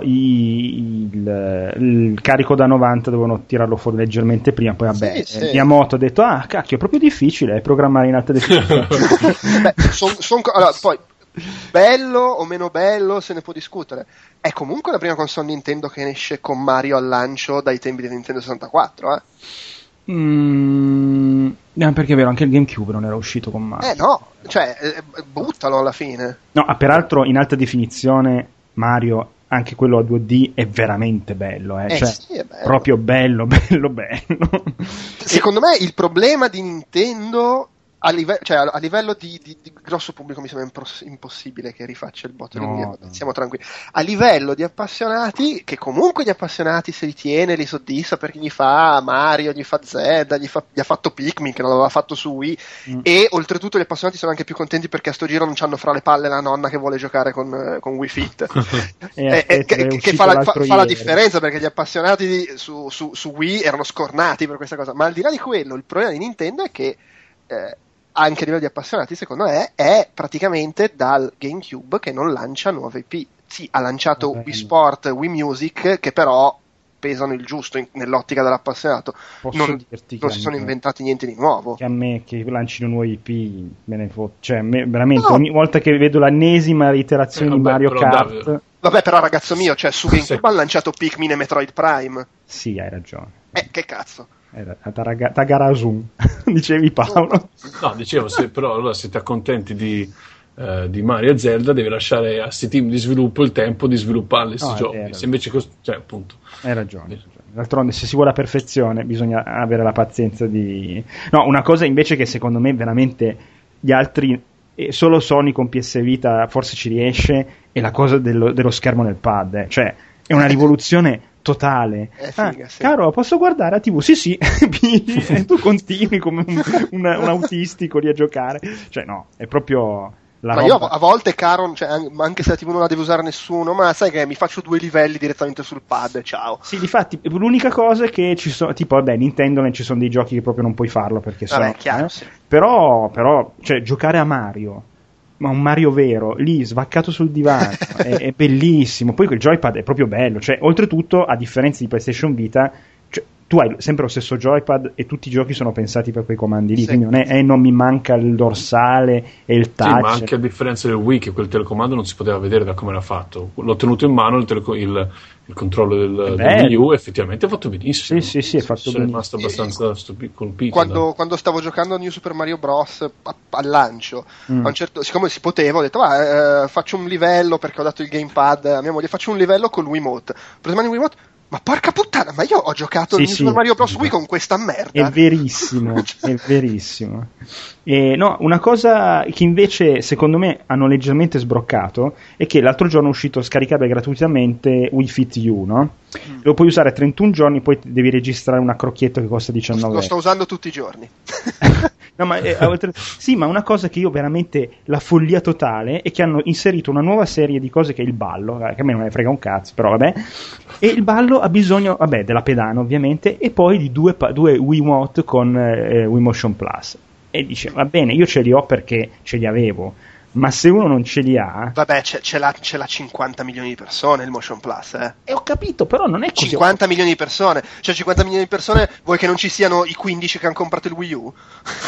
Speaker 1: il carico da 90 devono tirarlo fuori leggermente prima. Poi vabbè, Miyamoto ha detto cacchio, è proprio difficile programmare in alta definizione.
Speaker 3: Allora, poi bello o meno bello se ne può discutere. È comunque la prima console Nintendo che esce con Mario al lancio dai tempi di Nintendo 64,
Speaker 1: perché è vero, anche il GameCube non era uscito con Mario.
Speaker 3: No, cioè buttalo alla fine.
Speaker 1: No, peraltro in alta definizione Mario, anche quello a 2D, è veramente bello, cioè,
Speaker 3: sì, è bello.
Speaker 1: Proprio bello.
Speaker 3: Secondo me il problema di Nintendo a livello di grosso pubblico mi sembra impossibile che rifaccia il botto di Wii U, siamo tranquilli. A livello di appassionati, che comunque gli appassionati se li tiene, li soddisfa, perché gli fa Mario, gli fa Zelda, gli ha fatto Pikmin che non l'aveva fatto su Wii, e oltretutto gli appassionati sono anche più contenti perché a sto giro non c'hanno fra le palle la nonna che vuole giocare con Wii Fit. Che fa la differenza, perché gli appassionati su Wii erano scornati per questa cosa. Ma al di là di quello, il problema di Nintendo è che anche a livello di appassionati, secondo me, è praticamente dal GameCube che non lancia nuove IP. Sì, ha lanciato Wii Sport, Wii Music, che però pesano il giusto nell'ottica dell'appassionato. Non si sono inventati niente di nuovo.
Speaker 1: Che a me che lancino nuovi IP me ne foto. Cioè, veramente, ogni volta che vedo l'ennesima reiterazione di Mario Kart...
Speaker 3: Vabbè, però ragazzo mio, cioè su GameCube hanno lanciato Pikmin e Metroid Prime.
Speaker 1: Sì, hai ragione.
Speaker 3: Che cazzo.
Speaker 1: Tagarazum, dicevi Paolo?
Speaker 2: No, dicevo, però allora se ti accontenti di Mario e Zelda devi lasciare a sti team di sviluppo il tempo di sviluppare questi giochi. Se invece appunto.
Speaker 1: Hai ragione. D'altronde, se si vuole la perfezione bisogna avere la pazienza di... No, una cosa invece che secondo me veramente gli altri, solo Sony con PS Vita forse ci riesce, è la cosa dello schermo nel pad, cioè è una rivoluzione totale.
Speaker 3: Figa, sì.
Speaker 1: Caro, posso guardare a TV? Sì. E tu continui come un autistico lì a giocare. Cioè no, è proprio la roba.
Speaker 3: Io a volte, caro, cioè, anche se la TV non la deve usare nessuno, ma sai che mi faccio 2 livelli direttamente sul pad, ciao.
Speaker 1: Sì, difatti, l'unica cosa è che ci sono, tipo, vabbè, Nintendo ci sono dei giochi che proprio non puoi farlo perché
Speaker 3: chiaro, sì.
Speaker 1: Però, cioè, giocare a Mario, ma un Mario vero, lì svaccato sul divano, è bellissimo. Poi quel joypad è proprio bello, cioè, oltretutto, a differenza di PlayStation Vita, cioè, tu hai sempre lo stesso joypad e tutti i giochi sono pensati per quei comandi lì,
Speaker 3: sì.
Speaker 1: quindi non è non mi manca il dorsale e il touch.
Speaker 2: Sì, ma anche a differenza del Wii, che quel telecomando non si poteva vedere da come era fatto. L'ho tenuto in mano il controllo del Wii U, effettivamente è fatto benissimo.
Speaker 1: Sì, è fatto benissimo.
Speaker 2: Sono rimasto abbastanza colpito.
Speaker 3: Quando stavo giocando a New Super Mario Bros. Al lancio, a un certo, siccome si poteva, ho detto faccio un livello, perché ho dato il gamepad a mia moglie, faccio un livello col Wiimote. Ho preso mano il Wiimote, ma porca puttana, ma io ho giocato New Super Mario Bros. Wii con questa merda.
Speaker 1: È verissimo, è verissimo. No, una cosa che invece secondo me hanno leggermente sbroccato è che l'altro giorno è uscito scaricabile gratuitamente Wii Fit U, no? Lo puoi usare 31 giorni, poi devi registrare un accrocchietto che costa 19
Speaker 3: Lo sto usando tutti i giorni.
Speaker 1: No, ma sì, ma una cosa che io veramente, la follia totale è che hanno inserito una nuova serie di cose che è il ballo, che a me non me ne frega un cazzo, però vabbè, e il ballo ha bisogno, della pedana ovviamente, e poi di due Wiimote con Wiimotion Plus, e dice, va bene, io ce li ho perché ce li avevo, ma se uno non ce li ha...
Speaker 3: Vabbè, ce l'ha 50 milioni di persone il Motion Plus,
Speaker 1: E ho capito, però non è così...
Speaker 3: 50 milioni di persone, cioè 50 milioni di persone, vuoi che non ci siano i 15 che hanno comprato il Wii U?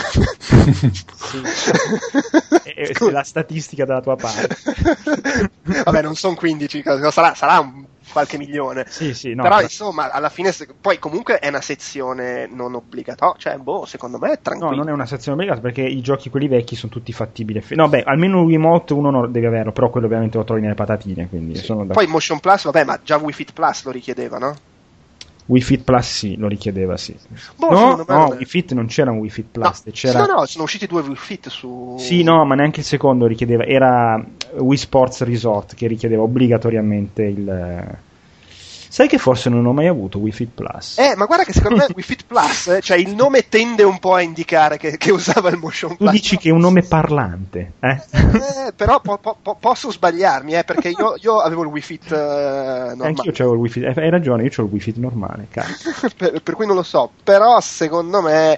Speaker 1: È la statistica dalla tua parte.
Speaker 3: Vabbè, non sono 15, sarà un qualche milione.
Speaker 1: Sì, no,
Speaker 3: però insomma, alla fine poi comunque è una sezione non obbligatoria, cioè secondo me è tranquillo.
Speaker 1: No, non è una sezione obbligatoria, perché i giochi quelli vecchi sono tutti fattibili. No, almeno il Wiimote uno non deve averlo, però quello ovviamente lo trovi nelle patatine, quindi sono
Speaker 3: Poi Motion Plus, ma già Wii Fit Plus lo richiedeva, no?
Speaker 1: Wii Fit Plus sì, lo richiedeva, sì.
Speaker 3: No,
Speaker 1: Wii Fit non c'era un Wii Fit Plus,
Speaker 3: no, sono usciti 2 Wii Fit su...
Speaker 1: Sì, no, ma neanche il secondo richiedeva, era Wii Sports Resort che richiedeva obbligatoriamente il... Sai che forse non ho mai avuto Wii Fit Plus?
Speaker 3: Ma guarda che secondo me Wii Fit Plus, cioè il nome tende un po' a indicare che usava il Motion Plus.
Speaker 1: Tu dici che è un nome parlante,
Speaker 3: però posso sbagliarmi, perché io avevo il Wii Fit normale.
Speaker 1: Anch'io c'avevo il Wii Fit, hai ragione, io c'ho il Wii Fit normale, cazzo.
Speaker 3: per cui non lo so, però secondo me...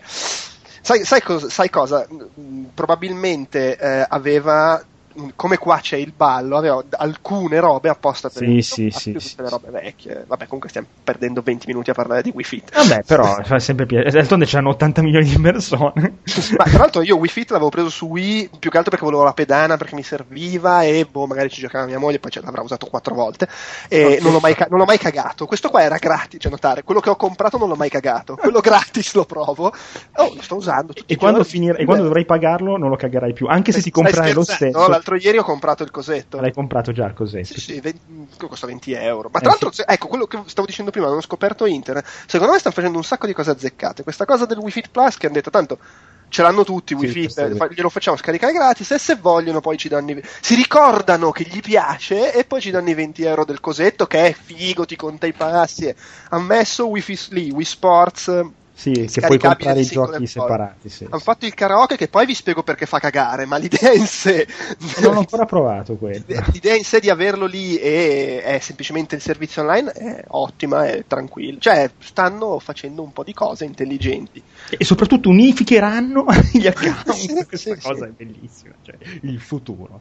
Speaker 3: Sai cosa? Probabilmente aveva... come qua c'è il ballo, aveva alcune robe apposta per tutte le robe vecchie. Vabbè, comunque stiamo perdendo 20 minuti a parlare di Wii Fit.
Speaker 1: Vabbè, però fa sempre piacere. D'altronde c'hanno 80 milioni di persone.
Speaker 3: Ma tra l'altro io Wii Fit l'avevo preso su Wii più che altro perché volevo la pedana, perché mi serviva e magari ci giocava mia moglie, poi l'avrà usato 4 volte e non l'ho mai cagato. Questo qua era gratis, cioè notare, quello che ho comprato non l'ho mai cagato, quello gratis lo provo, lo sto usando tutti i giorni.
Speaker 1: E quando dovrai pagarlo non lo cagherai più, anche se ti comprai lo stesso.
Speaker 3: No, l'altro ieri ho comprato il cosetto.
Speaker 1: L'hai comprato già il cosetto?
Speaker 3: Sì, costa 20 euro. Ma tra l'altro, ecco, quello che stavo dicendo prima, avevo scoperto internet. Secondo me stanno facendo un sacco di cose azzeccate. Questa cosa del Wii Fit Plus, che hanno detto, tanto ce l'hanno tutti Wii Fit, glielo facciamo scaricare gratis e se vogliono poi ci danno si ricordano che gli piace e poi ci danno i 20 euro del cosetto, che è figo, ti conta i passi. Ha messo Wii Fit lì, Wii Sports...
Speaker 1: Sì, che puoi comprare i giochi separati. Sì.
Speaker 3: Hanno fatto il karaoke, che poi vi spiego perché fa cagare, ma l'idea in sé...
Speaker 1: Non ho ancora provato quello.
Speaker 3: L'idea in sé di averlo lì e è semplicemente il servizio online è ottima, è tranquillo. Cioè, stanno facendo un po' di cose intelligenti.
Speaker 1: E soprattutto unificheranno gli account. Questa cosa è bellissima. Cioè, il futuro.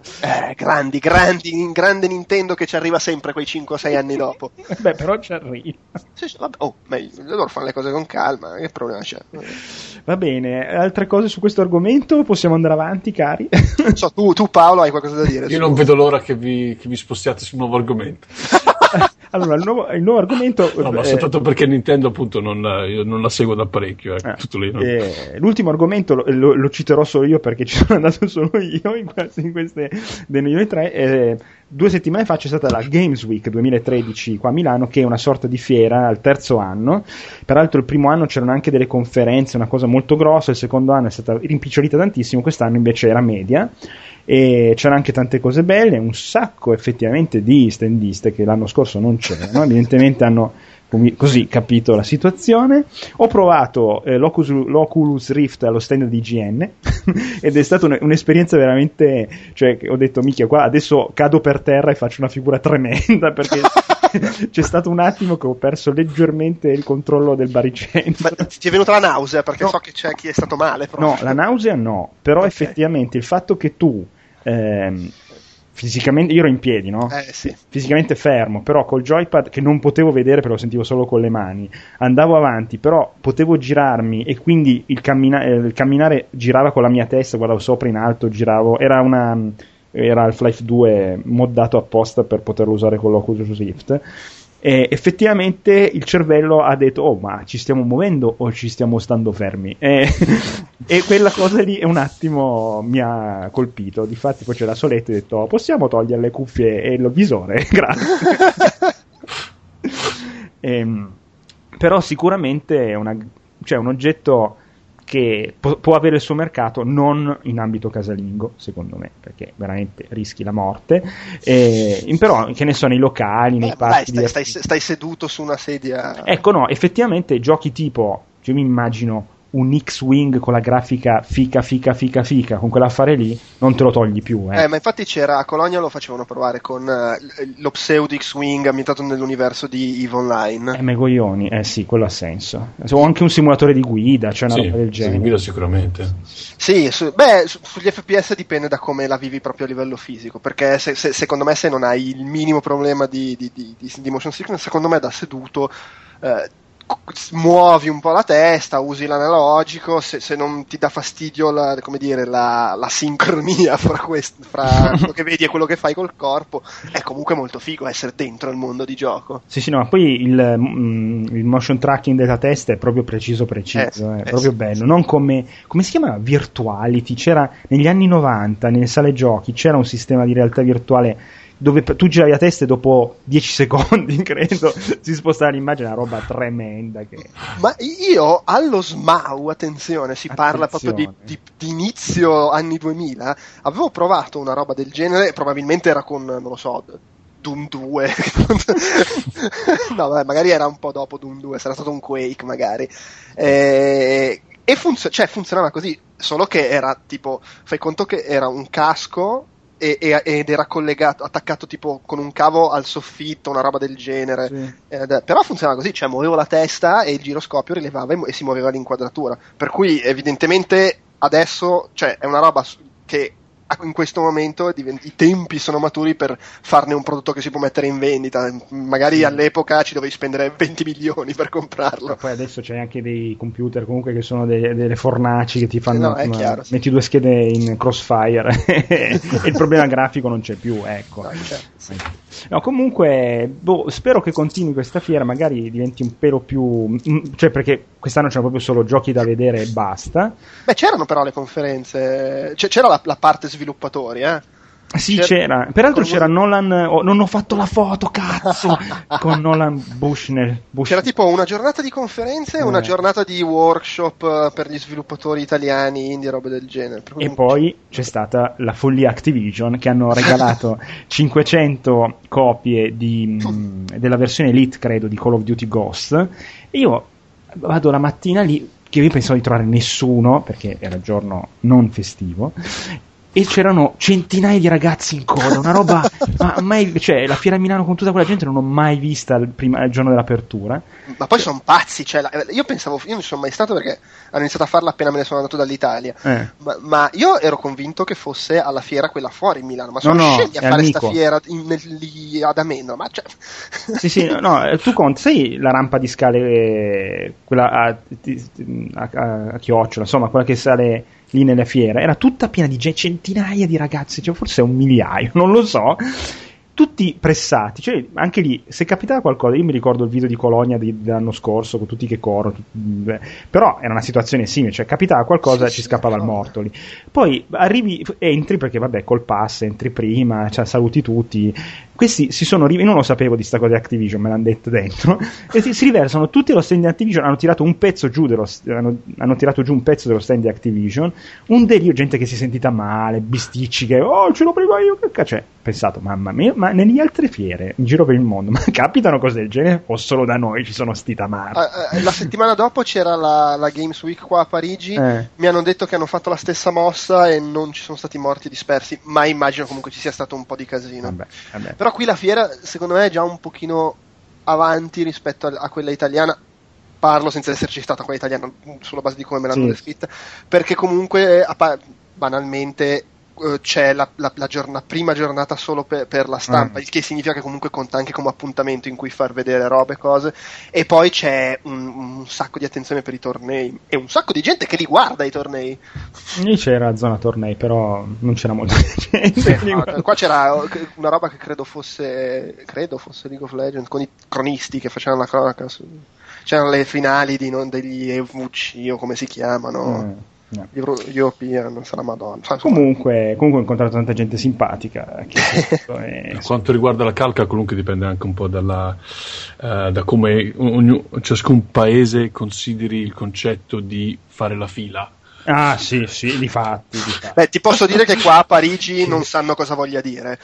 Speaker 3: Grande Nintendo che ci arriva sempre quei 5 o 6 anni dopo.
Speaker 1: Beh, però ci arriva.
Speaker 3: Vabbè, meglio, loro fanno le cose con calma. Che problema c'è?
Speaker 1: Va bene, altre cose su questo argomento? Possiamo andare avanti, cari?
Speaker 3: So, tu Paolo hai qualcosa da dire?
Speaker 2: Io non vedo l'ora che vi spostiate sul nuovo argomento.
Speaker 1: Allora, il nuovo argomento...
Speaker 2: No, ma soltanto perché Nintendo appunto io non la seguo da parecchio. Tutto lì, no?
Speaker 1: L'ultimo argomento lo citerò solo io perché ci sono andato solo io in queste noi tre. 2 settimane fa c'è stata la Games Week 2013 qua a Milano, che è una sorta di fiera al terzo anno. Peraltro il primo anno c'erano anche delle conferenze, una cosa molto grossa, il secondo anno è stata rimpicciolita tantissimo, quest'anno invece era media e c'erano anche tante cose belle, un sacco effettivamente di standiste che l'anno scorso non c'erano, evidentemente hanno così capito la situazione. Ho provato l'Oculus Rift allo stand di IGN ed è stata un'esperienza veramente, cioè ho detto minchia, qua adesso cado per terra e faccio una figura tremenda perché c'è stato un attimo che ho perso leggermente il controllo del baricentro.
Speaker 3: Ma ti è venuta la nausea? Perché no, so che c'è chi è stato male proprio.
Speaker 1: No, la nausea no, però okay. Effettivamente il fatto che tu fisicamente, io ero in piedi, no?
Speaker 3: Sì.
Speaker 1: Fisicamente fermo, però col joypad che non potevo vedere perché lo sentivo solo con le mani, andavo avanti, però potevo girarmi e quindi il camminare girava con la mia testa, guardavo sopra in alto, giravo, era Half-Life 2 moddato apposta per poterlo usare con l'Oculus Rift. E effettivamente il cervello ha detto: oh, ma ci stiamo muovendo o ci stiamo stando fermi? E quella cosa lì un attimo mi ha colpito. Difatti poi c'era Soletto e ho detto: possiamo togliere le cuffie e il visore? Grazie. Però sicuramente è un oggetto che può avere il suo mercato, non in ambito casalingo, secondo me, perché veramente rischi la morte. Però, che ne so, nei locali, nei parchi.
Speaker 3: Stai seduto su una sedia.
Speaker 1: Ecco, no, effettivamente giochi tipo, io mi immagino un X-Wing con la grafica fica, con quell'affare lì, non te lo togli più.
Speaker 3: Ma infatti c'era a Colonia, lo facevano provare con lo pseudo X-Wing ambientato nell'universo di EVE Online.
Speaker 1: Megoglioni, sì, quello ha senso. O anche un simulatore di guida, cioè una roba del genere.
Speaker 2: Sì, di guida sicuramente.
Speaker 3: Sì, sugli FPS dipende da come la vivi proprio a livello fisico, perché secondo me se non hai il minimo problema di motion sickness, secondo me da seduto muovi un po' la testa, usi l'analogico, se non ti dà fastidio la sincronia fra quello che vedi e quello che fai col corpo, è comunque molto figo essere dentro il mondo di gioco.
Speaker 1: Sì, no, poi il motion tracking della testa è proprio preciso, è proprio bello, non come si chiama? Virtuality, c'era negli anni 90 nelle sale giochi, c'era un sistema di realtà virtuale dove tu giravi la testa e dopo 10 secondi, credo, si spostava l'immagine, una roba tremenda.
Speaker 3: Ma io allo SMAU, attenzione, parla proprio di inizio anni 2000, avevo provato una roba del genere, probabilmente era con, non lo so, Doom 2. No, vabbè, magari era un po' dopo Doom 2, sarà stato un Quake magari. E funzionava così, solo che era tipo, fai conto che era un casco ed era attaccato tipo con un cavo al soffitto, una roba del genere. Sì. Però funzionava così, cioè muovevo la testa e il giroscopio rilevava e si muoveva l'inquadratura, per cui evidentemente adesso, cioè, è una roba che in questo momento i tempi sono maturi per farne un prodotto che si può mettere in vendita. Magari all'epoca ci dovevi spendere 20 milioni per comprarlo.
Speaker 1: Ma poi adesso c'è anche dei computer comunque che sono delle fornaci che ti fanno,
Speaker 3: chiaro,
Speaker 1: metti 2 schede in Crossfire e il problema grafico non c'è più, ecco.
Speaker 3: No, certo, sì.
Speaker 1: No, comunque spero che continui questa fiera, magari diventi un pelo più, cioè, perché quest'anno c'erano proprio solo giochi da vedere e basta.
Speaker 3: Beh, c'erano però le conferenze, c'era la parte sviluppatori,
Speaker 1: Sì, c'era. Peraltro c'era Nolan. Non ho fatto la foto, cazzo! Con Nolan Bushnell.
Speaker 3: C'era tipo una giornata di conferenze e una giornata di workshop per gli sviluppatori italiani, indie, robe del genere.
Speaker 1: E poi c'è stata la follia Activision, che hanno regalato 500 copie della versione Elite, credo, di Call of Duty Ghost. E io vado la mattina lì, che io pensavo di trovare nessuno, perché era giorno non festivo. E c'erano centinaia di ragazzi in coda, una roba cioè la fiera a Milano con tutta quella gente non ho mai vista il giorno dell'apertura.
Speaker 3: Ma poi sono pazzi, cioè io non sono mai stato, perché hanno iniziato a farla appena me ne sono andato dall'Italia, ma io ero convinto che fosse alla fiera quella fuori in Milano, ma sono scegli a fare sta fiera lì ad Ameno, ma cioè...
Speaker 1: Sì, no, tu conti, sai la rampa di scale, quella a chiocciola, insomma, quella che sale lì nella fiera, era tutta piena di centinaia di ragazzi, cioè forse un migliaio, non lo so, tutti pressati, cioè anche lì se capitava qualcosa, io mi ricordo il video di Colonia dell'anno scorso con tutti che corrono, però era una situazione simile, cioè capitava qualcosa e ci scappava il morto lì. Poi entri perché vabbè col pass entri prima, cioè, saluti tutti. Questi si sono io non lo sapevo di sta cosa di Activision, me l'hanno detto dentro, e si riversano tutti allo stand di Activision, hanno tirato un pezzo giù hanno tirato giù un pezzo dello stand di Activision, un delirio, gente che si è sentita male, bisticci che ce l'ho prima io, che cioè, pensato, mamma mia, ma nelle altre fiere in giro per il mondo, ma capitano cose del genere o solo da noi ci sono sti tamari?
Speaker 3: La settimana dopo c'era la Games Week qua a Parigi, mi hanno detto che hanno fatto la stessa mossa e non ci sono stati morti dispersi, ma immagino comunque ci sia stato un po' di casino. Vabbè. Però qui la fiera secondo me è già un pochino avanti rispetto a quella italiana, parlo senza esserci stata quella italiana sulla base di come me l'hanno descritta, perché comunque banalmente c'è la prima giornata solo per la stampa, il che significa che comunque conta anche come appuntamento in cui far vedere robe e cose, e poi c'è un sacco di attenzione per i tornei e un sacco di gente che li guarda i tornei.
Speaker 1: Lì c'era zona tornei, però non c'era molta gente.
Speaker 3: Qua c'era una roba che credo fosse League of Legends, con i cronisti che facevano la cronaca c'erano le finali degli EVC o come si chiamano. No. European, non sarà Madonna.
Speaker 1: Comunque ho incontrato tanta gente simpatica.
Speaker 2: Per quanto riguarda la calca, comunque dipende anche un po' da come ciascun paese consideri il concetto di fare la fila.
Speaker 1: Ah sì, difatti.
Speaker 3: Beh, ti posso dire che qua a Parigi non sanno cosa voglia dire.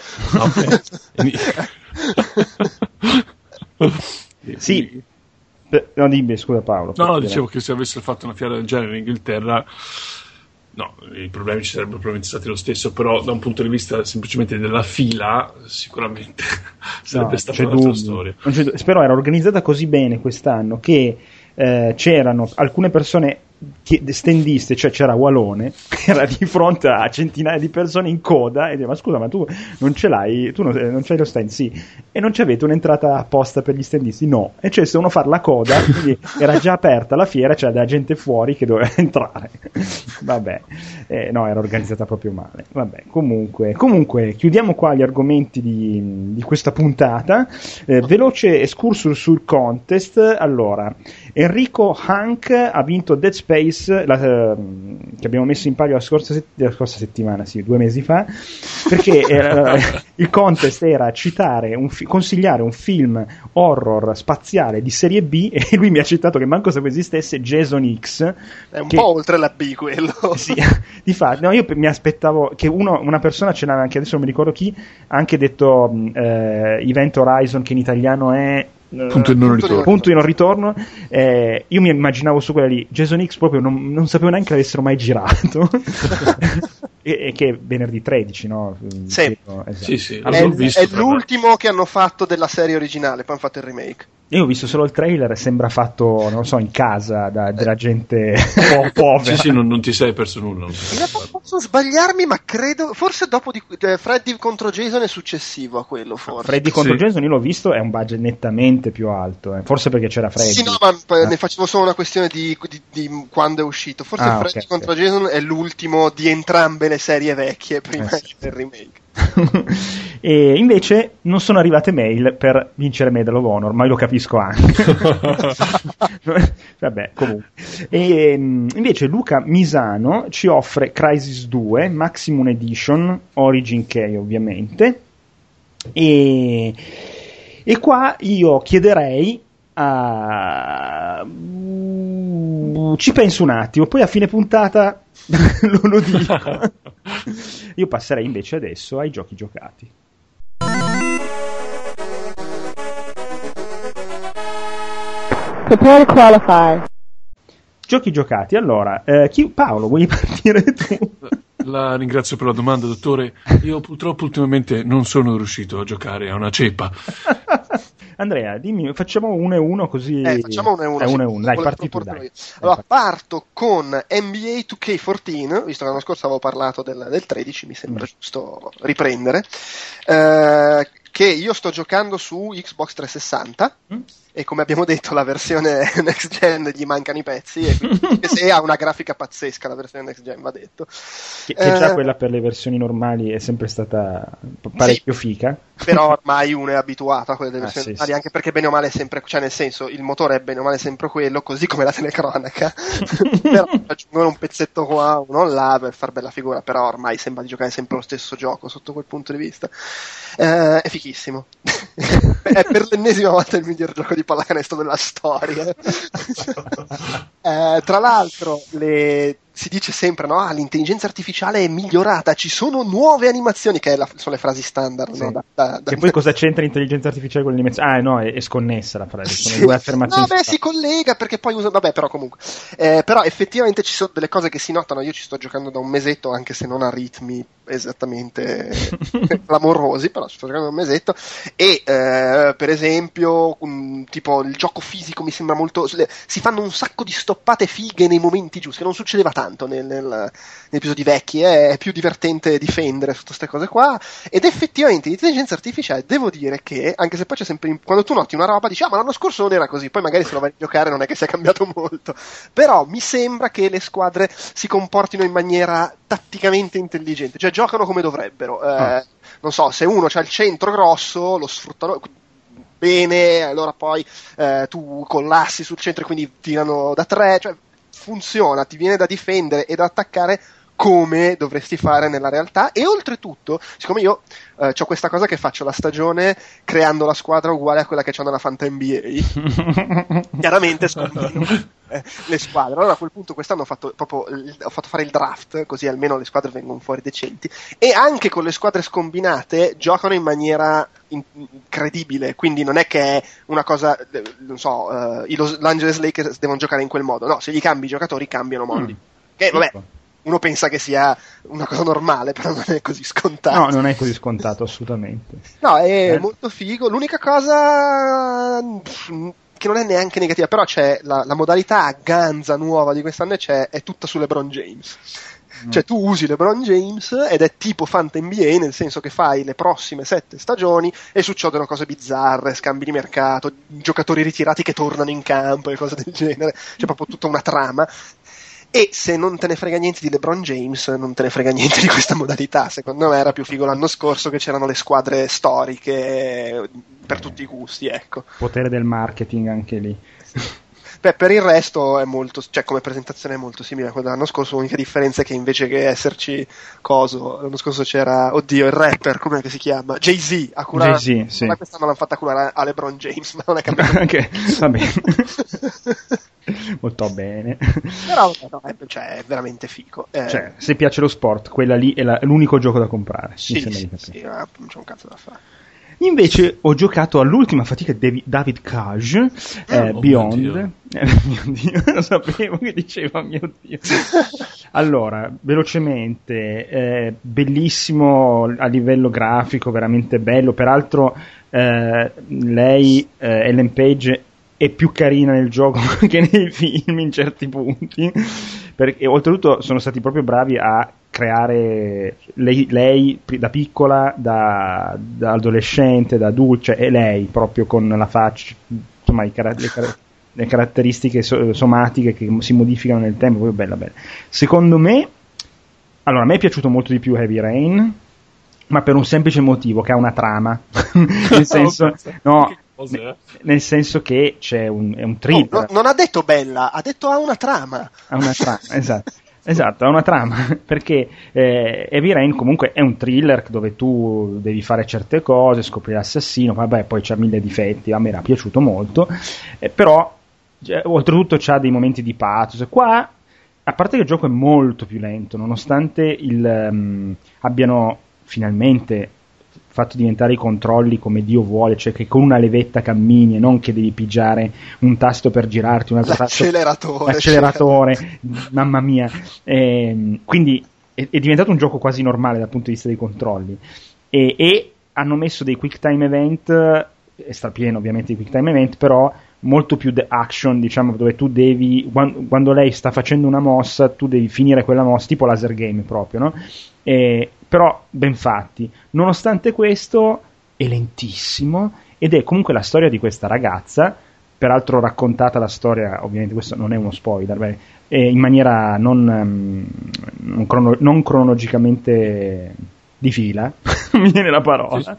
Speaker 1: Sì. No, dimmi, scusa Paolo.
Speaker 2: No, dicevo che se avessero fatto una fiera del genere in Inghilterra, no, i problemi ci sarebbero probabilmente stati lo stesso, però da un punto di vista semplicemente della fila, sicuramente sarebbe stata un'altra storia.
Speaker 1: Però era organizzata così bene quest'anno che c'erano alcune persone stendiste, cioè c'era Walone che era di fronte a centinaia di persone in coda e diceva: ma scusa, ma tu non ce l'hai, tu non c'hai lo stand? Sì. E non c'avete un'entrata apposta per gli standisti? No. E cioè se uno far la coda, quindi era già aperta la fiera, c'era della gente fuori che doveva entrare. Vabbè, no, era organizzata proprio male. Vabbè, comunque chiudiamo qua gli argomenti di questa puntata. Veloce excursus sul contest. Allora, Enrico Hank ha vinto Dead Space, che abbiamo messo in palio la scorsa settimana, sì, 2 mesi fa, perché il contest era citare consigliare un film horror spaziale di serie B, e lui mi ha citato, che manco sapevo esistesse, Jason X.
Speaker 3: È un po' oltre la B quello.
Speaker 1: Sì, difatti, no, io mi aspettavo che una persona, ce l'aveva anche adesso, non mi ricordo chi, ha anche detto Event Horizon, che in italiano è
Speaker 2: punto
Speaker 1: di non ritorno. Io mi immaginavo su quella lì. Jason X proprio non sapevo neanche che l'avessero mai girato. e che è venerdì 13, no?
Speaker 3: Sì,
Speaker 1: esatto.
Speaker 2: Sì,
Speaker 3: è l'ultimo che hanno fatto della serie originale, poi hanno fatto il remake.
Speaker 1: Io ho visto solo il trailer e sembra fatto, non lo so, in casa della gente povera.
Speaker 2: Sì, non ti sei perso nulla.
Speaker 3: Posso sbagliarmi, ma credo, forse dopo di Freddy contro Jason è successivo a quello, forse.
Speaker 1: Freddy contro Jason io l'ho visto, è un budget nettamente più alto, forse perché c'era Freddy.
Speaker 3: Sì, no, ma ne facevo solo una questione di quando è uscito. Forse Freddy contro Jason è l'ultimo di entrambe le serie vecchie prima del remake.
Speaker 1: E invece non sono arrivate mail per vincere Medal of Honor, ma io lo capisco anche. Vabbè, comunque. E invece Luca Misano ci offre Crysis 2 Maximum Edition Origin Key, ovviamente, e qua io chiederei ci penso un attimo, poi a fine puntata lo dico. Io passerei invece adesso ai giochi giocati.
Speaker 4: Prepare to qualify.
Speaker 1: Giochi giocati. Allora, Paolo, vuoi partire tu?
Speaker 2: La ringrazio per la domanda, dottore. Io purtroppo ultimamente non sono riuscito a giocare a una ceppa.
Speaker 1: Andrea, dimmi, facciamo 1-1 così.
Speaker 3: Facciamo 1-1.
Speaker 1: Dai, parti tu, dai.
Speaker 3: Allora, parto con NBA 2K14, visto che l'anno scorso avevo parlato del 13, mi sembra giusto riprendere, che io sto giocando su Xbox 360. E come abbiamo detto la versione next gen gli mancano i pezzi, e se ha una grafica pazzesca la versione next gen, va detto,
Speaker 1: che già quella per le versioni normali è sempre stata parecchio fica,
Speaker 3: però ormai uno è abituato a quelle delle versioni normali, anche perché bene o male è sempre, cioè nel senso il motore è bene o male sempre quello, così come la telecronaca. Però aggiungono un pezzetto qua, uno là per far bella figura, però ormai sembra di giocare sempre lo stesso gioco sotto quel punto di vista. È fichissimo. È per l'ennesima volta il miglior gioco di pallacanestro della storia. Tra l'altro si dice sempre, no? L'intelligenza artificiale è migliorata, ci sono nuove animazioni, che sono le frasi standard,
Speaker 1: sì.
Speaker 3: No?
Speaker 1: Che poi cosa c'entra l'intelligenza artificiale con l'animazione? No, è sconnessa la frase, sono due affermazioni.
Speaker 3: No, si collega, perché poi usa, vabbè, però comunque. Però effettivamente ci sono delle cose che si notano. Io ci sto giocando da un mesetto, anche se non a ritmi esattamente clamorosi, però ci sto giocando da un mesetto, e per esempio tipo il gioco fisico mi sembra molto, si fanno un sacco di stoppate fighe nei momenti giusti, che non succedeva tanto tanto negli episodi vecchi, è più divertente difendere su tutte queste cose qua, ed effettivamente l'intelligenza artificiale, devo dire che, anche se poi c'è sempre, quando tu noti una roba dici ma l'anno scorso non era così, poi magari se lo vai a giocare non è che sia cambiato molto, però mi sembra che le squadre si comportino in maniera tatticamente intelligente, cioè giocano come dovrebbero. Non so, se uno c'ha il centro grosso lo sfruttano bene, allora poi tu collassi sul centro e quindi tirano da 3, cioè funziona, ti viene da difendere e da attaccare come dovresti fare nella realtà. E oltretutto, siccome io ho questa cosa che faccio la stagione creando la squadra uguale a quella che c'ho nella Fanta NBA, chiaramente scombino le squadre. Allora a quel punto quest'anno ho fatto fare il draft, così almeno le squadre vengono fuori decenti, e anche con le squadre scombinate giocano in maniera incredibile, quindi non è che è una cosa, non so, l'Angeles Lakers devono giocare in quel modo, no, se gli cambi i giocatori cambiano mondi, che vabbè, uno pensa che sia una cosa normale, però non è così scontato.
Speaker 1: No, non è così scontato, assolutamente.
Speaker 3: No, è molto figo. L'unica cosa che non è neanche negativa, però c'è la modalità a ganza nuova di quest'anno, è tutta su LeBron James. Cioè tu usi LeBron James ed è tipo Fanta NBA, nel senso che fai le prossime 7 stagioni e succedono cose bizzarre, scambi di mercato, giocatori ritirati che tornano in campo e cose del genere, c'è proprio tutta una trama. E se non te ne frega niente di LeBron James, non te ne frega niente di questa modalità. Secondo me era più figo l'anno scorso, che c'erano le squadre storiche per tutti i gusti, ecco.
Speaker 1: Potere del marketing anche lì.
Speaker 3: Beh, per il resto è molto, cioè come presentazione è molto simile a quella dell'anno scorso, l'unica differenza è che invece che esserci l'anno scorso c'era, il rapper, com'è che si chiama? Jay-Z a curare.
Speaker 1: Jay-Z, sì.
Speaker 3: Ma quest'anno l'hanno fatta curare a LeBron James, ma non è cambiato.
Speaker 1: Okay, va bene. Molto bene.
Speaker 3: Però no, è veramente figo.
Speaker 1: Cioè, se piace lo sport, quella lì è l'unico gioco da comprare.
Speaker 3: Sì, non c'è un cazzo da fare.
Speaker 1: Invece ho giocato all'ultima fatica di David Cage, Beyond. Mio Dio, lo sapevo che diceva mio Dio. Allora, velocemente, bellissimo a livello grafico, veramente bello. Peraltro lei, Ellen Page, è più carina nel gioco che nei film in certi punti, perché oltretutto sono stati proprio bravi a creare lei da piccola, da adolescente, da adulto, cioè è lei proprio con la faccia, insomma le caratteristiche somatiche che si modificano nel tempo, proprio bella. Secondo me, allora a me è piaciuto molto di più Heavy Rain, ma per un semplice motivo, che ha una trama. Nel senso, nel senso che è un thriller.
Speaker 3: Non ha detto bella, ha detto ha una trama.
Speaker 1: Ha una trama, esatto, ha una trama, perché Heavy Rain comunque è un thriller dove tu devi fare certe cose, scoprire l'assassino, vabbè, poi c'ha 1000 difetti, a me era piaciuto molto, però oltretutto c'ha dei momenti di pathos. Qua, a parte che il gioco è molto più lento, nonostante abbiano finalmente fatto diventare i controlli come Dio vuole, cioè che con una levetta cammini e non che devi pigiare un tasto per girarti, un altro l'acceleratore, mamma mia. Quindi è diventato un gioco quasi normale dal punto di vista dei controlli, e hanno messo dei quick time event, è strapieno ovviamente di quick time event, però molto più action, diciamo, dove tu devi, quando lei sta facendo una mossa, tu devi finire quella mossa, tipo laser game proprio, no? Però ben fatti. Nonostante questo è lentissimo, ed è comunque la storia di questa ragazza, peraltro raccontata la storia, ovviamente questo non è uno spoiler, in maniera non cronologicamente di fila, mi viene la parola.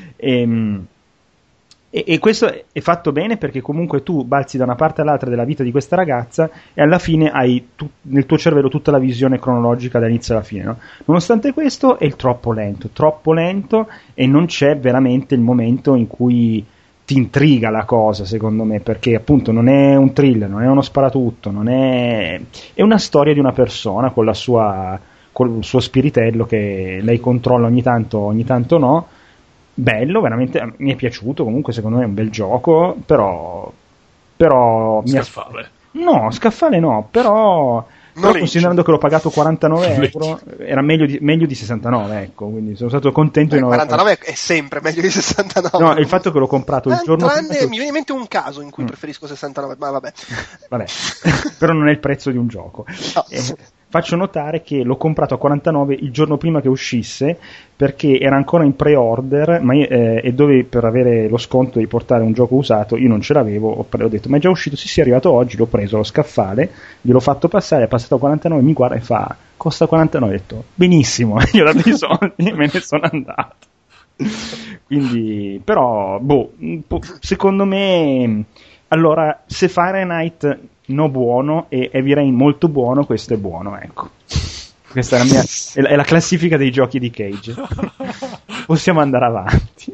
Speaker 1: E questo è fatto bene, perché comunque tu balzi da una parte all'altra della vita di questa ragazza e alla fine hai nel tuo cervello tutta la visione cronologica dall'inizio alla fine, no? Nonostante questo è troppo lento, e non c'è veramente il momento in cui ti intriga la cosa, secondo me, perché appunto non è un thriller, non è uno sparatutto, è una storia di una persona con il suo spiritello che lei controlla ogni tanto no. Bello, veramente mi è piaciuto, comunque secondo me è un bel gioco, però
Speaker 2: Scaffale.
Speaker 1: No, scaffale no, però considerando che l'ho pagato 49 euro era meglio di 69, ecco, quindi sono stato contento di
Speaker 3: 49 è sempre meglio di 69.
Speaker 1: No, il fatto che l'ho comprato il giorno
Speaker 3: prima mi viene in mente un caso in cui preferisco 69, ma vabbè.
Speaker 1: Però non è il prezzo di un gioco.
Speaker 3: No.
Speaker 1: faccio notare che l'ho comprato a 49 il giorno prima che uscisse, perché era ancora in pre-order, e dove per avere lo sconto di portare un gioco usato io non ce l'avevo, ho detto ma è già uscito, sì è arrivato oggi, l'ho preso, lo scaffale, gliel'ho fatto passare, è passato a 49, mi guarda e fa costa 49, ho detto benissimo, io ho dato i soldi e me ne sono andato. Quindi però secondo me, allora, se Fahrenheit no buono e Heavy Rain molto buono, questo è buono, ecco. Questa è la mia è la classifica dei giochi di Cage. Possiamo andare avanti.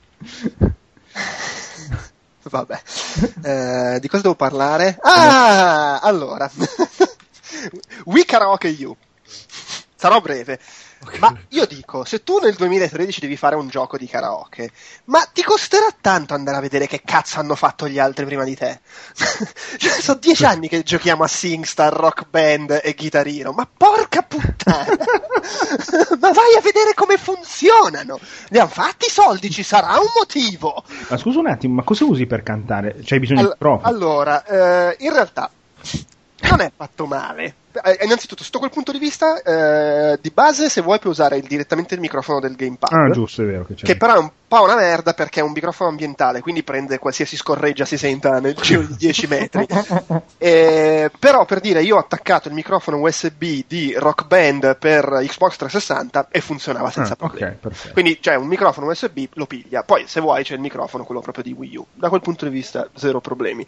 Speaker 3: Vabbè, di cosa devo parlare? Allora Wii Karaoke U. Sarò breve. Okay. Ma io dico, se tu nel 2013 devi fare un gioco di karaoke, ma ti costerà tanto andare a vedere che cazzo hanno fatto gli altri prima di te? Cioè, sono 10 anni che giochiamo a SingStar, Rock Band e Guitar Hero, ma porca puttana! Ma vai a vedere come funzionano! Ne hanno fatti i soldi, ci sarà un motivo!
Speaker 1: Ma scusa un attimo, ma cosa usi per cantare? C'hai bisogno di microfono?
Speaker 3: Allora, in realtà non è fatto male. Innanzitutto, sotto quel punto di vista, di base, se vuoi puoi usare direttamente il microfono del gamepad.
Speaker 1: Ah, giusto, è vero.
Speaker 3: Che però è un po' una merda perché è un microfono ambientale, quindi prende qualsiasi scorreggia si senta nel giro di 10 metri. Però, per dire, io ho attaccato il microfono USB di Rock Band per Xbox 360 e funzionava senza problemi.
Speaker 1: Okay,
Speaker 3: quindi, cioè, un microfono USB lo piglia. Poi, se vuoi, c'è il microfono, quello proprio di Wii U. Da quel punto di vista, zero problemi.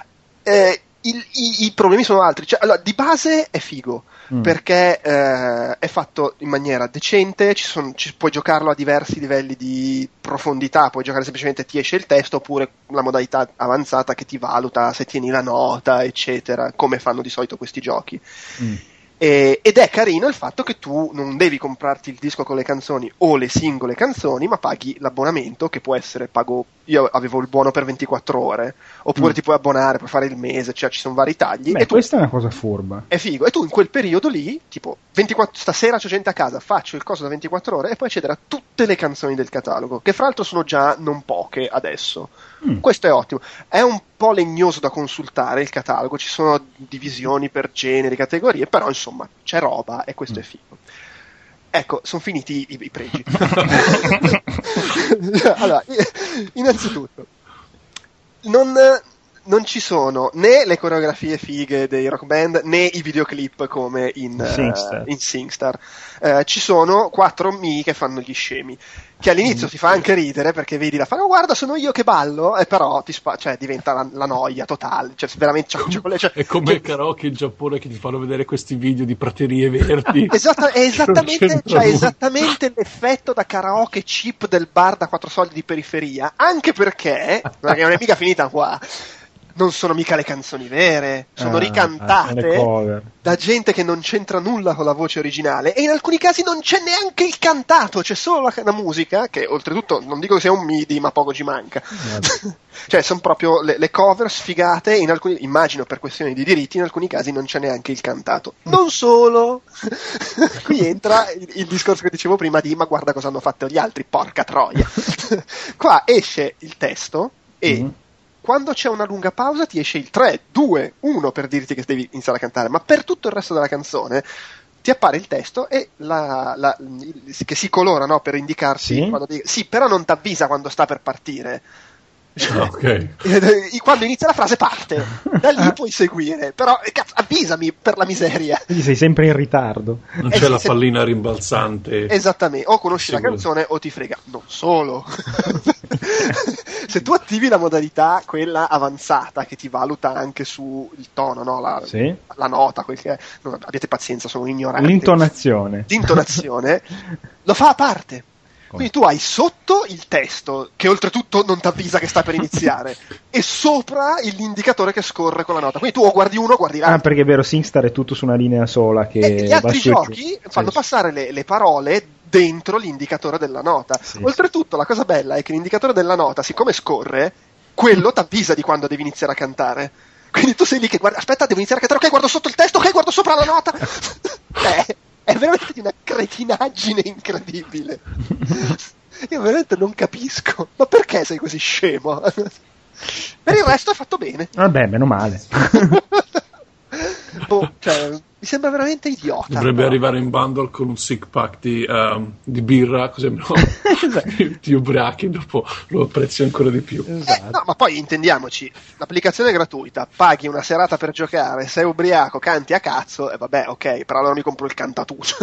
Speaker 3: I problemi sono altri, cioè, allora, di base è figo perché è fatto in maniera decente, puoi giocarlo a diversi livelli di profondità, puoi giocare semplicemente ti esce il testo oppure la modalità avanzata che ti valuta se tieni la nota eccetera, come fanno di solito questi giochi. Ed è carino il fatto che tu non devi comprarti il disco con le canzoni o le singole canzoni, ma paghi l'abbonamento, che può essere io avevo il buono per 24 ore, oppure ti puoi abbonare per fare il mese, cioè ci sono vari tagli.
Speaker 1: Beh, questa è una cosa furba.
Speaker 3: È figo. E tu in quel periodo lì, tipo stasera c'è gente a casa, faccio il coso da 24 ore e puoi accedere a tutte le canzoni del catalogo, che fra l'altro sono già non poche adesso. Questo è ottimo. È un po' legnoso da consultare il catalogo, ci sono divisioni per generi, categorie, però insomma c'è roba e questo è figo. Ecco, sono finiti i pregi. Allora, innanzitutto non ci sono né le coreografie fighe dei Rock Band né i videoclip come in SingStar. Ci sono 4 Mii che fanno gli scemi, che all'inizio ti fa anche ridere perché vedi la fanno, guarda sono io che ballo, e però cioè, diventa la noia totale, cioè veramente
Speaker 2: è come il karaoke in Giappone che ti fanno vedere questi video di praterie verdi.
Speaker 3: È esattamente l'effetto da karaoke cheap del bar da 4 soldi di periferia, anche perché non è mica finita qua. Non sono mica le canzoni vere, sono ricantate da gente che non c'entra nulla con la voce originale, e in alcuni casi non c'è neanche il cantato, c'è solo la musica, che oltretutto non dico che sia un MIDI, ma poco ci manca. Cioè sono proprio le cover sfigate, immagino per questioni di diritti, in alcuni casi non c'è neanche il cantato. Non solo, qui entra il discorso che dicevo prima di ma guarda cosa hanno fatto gli altri, porca troia. Qua esce il testo e quando c'è una lunga pausa ti esce il 3, 2, 1 per dirti che devi iniziare a cantare, ma per tutto il resto della canzone ti appare il testo e che si colora, no, per indicarsi quando però non ti avvisa quando sta per partire. Quando inizia la frase parte, da lì puoi seguire, però cazzo, avvisami per la miseria.
Speaker 1: Quindi sei sempre in ritardo,
Speaker 2: non c'è la pallina rimbalzante,
Speaker 3: esattamente, o conosci la canzone o ti frega. Non solo. Se tu attivi la modalità quella avanzata che ti valuta anche sul tono, no? La nota, quel che è. No, abbiate pazienza, sono ignorante.
Speaker 1: L'intonazione
Speaker 3: lo fa a parte. Quindi tu hai sotto il testo, che oltretutto non ti avvisa che sta per iniziare, e sopra l'indicatore che scorre con la nota. Quindi tu o guardi uno o guardi l'altro.
Speaker 1: Perché è vero, SingStar è tutto su una linea sola. E
Speaker 3: gli altri giochi fanno passare le parole dentro l'indicatore della nota. Oltretutto la cosa bella è che l'indicatore della nota, siccome scorre, quello ti avvisa di quando devi iniziare a cantare. Quindi tu sei lì che guarda, aspetta, devo iniziare a cantare, ok, guardo sotto il testo, ok, guardo sopra la nota. È veramente di una cretinaggine incredibile. Io veramente non capisco. Ma perché sei così scemo? Per il resto è fatto bene.
Speaker 1: Vabbè, meno male.
Speaker 3: Mi sembra veramente idiota.
Speaker 2: Dovrebbe arrivare in bundle con un six pack di birra, così almeno ti ubriachi, dopo lo apprezzi ancora di più.
Speaker 3: No, ma poi intendiamoci, l'applicazione è gratuita, paghi una serata per giocare, sei ubriaco, canti a cazzo, e vabbè, ok, però allora mi compro il cantatutto.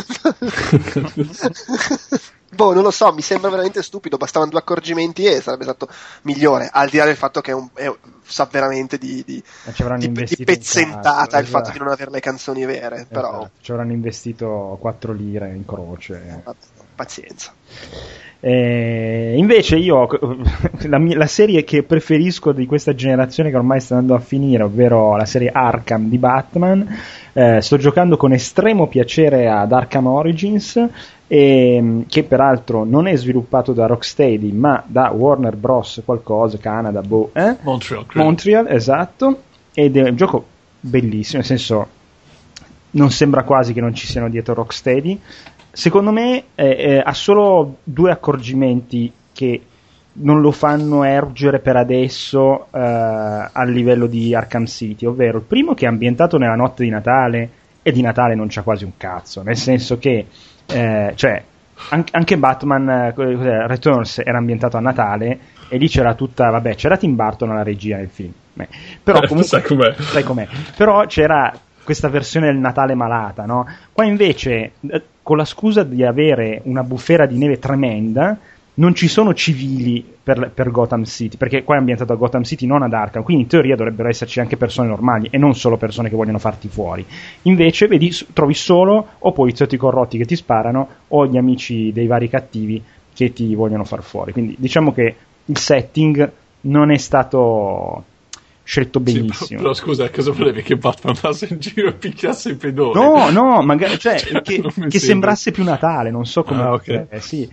Speaker 3: Boh, non lo so, mi sembra veramente stupido, bastavano 2 accorgimenti e sarebbe stato migliore, al di là del fatto che sa veramente di pezzentata il fatto di non avere le canzoni vere, però
Speaker 1: ci avranno investito 4 lire in croce.
Speaker 3: Pazienza.
Speaker 1: Invece io la serie che preferisco di questa generazione che ormai sta andando a finire, ovvero la serie Arkham di Batman, sto giocando con estremo piacere ad Arkham Origins, che peraltro non è sviluppato da Rocksteady ma da Warner Bros. Qualcosa, Canada, Montreal, esatto, ed è un gioco bellissimo, nel senso non sembra quasi che non ci siano dietro Rocksteady. Secondo me ha solo 2 accorgimenti che non lo fanno ergere per adesso a livello di Arkham City, ovvero il primo, che è ambientato nella notte di Natale, e di Natale non c'ha quasi un cazzo, nel senso che cioè anche Batman Returns era ambientato a Natale e lì c'era c'era Tim Burton alla regia del film, però comunque sai com'è, però c'era questa versione del Natale malata, no? Qua invece con la scusa di avere una bufera di neve tremenda non ci sono civili per Gotham City, perché qua è ambientato a Gotham City, non ad Arkham, quindi in teoria dovrebbero esserci anche persone normali e non solo persone che vogliono farti fuori. Invece trovi solo o poliziotti corrotti che ti sparano o gli amici dei vari cattivi che ti vogliono far fuori, quindi diciamo che il setting non è stato scelto benissimo.
Speaker 2: Sì, però scusa, cosa volevi, che Batman andasse in giro e picchiasse i pedoni?
Speaker 1: No, magari, cioè, che sembrasse più Natale, non so come.
Speaker 2: Okay.
Speaker 1: Sì.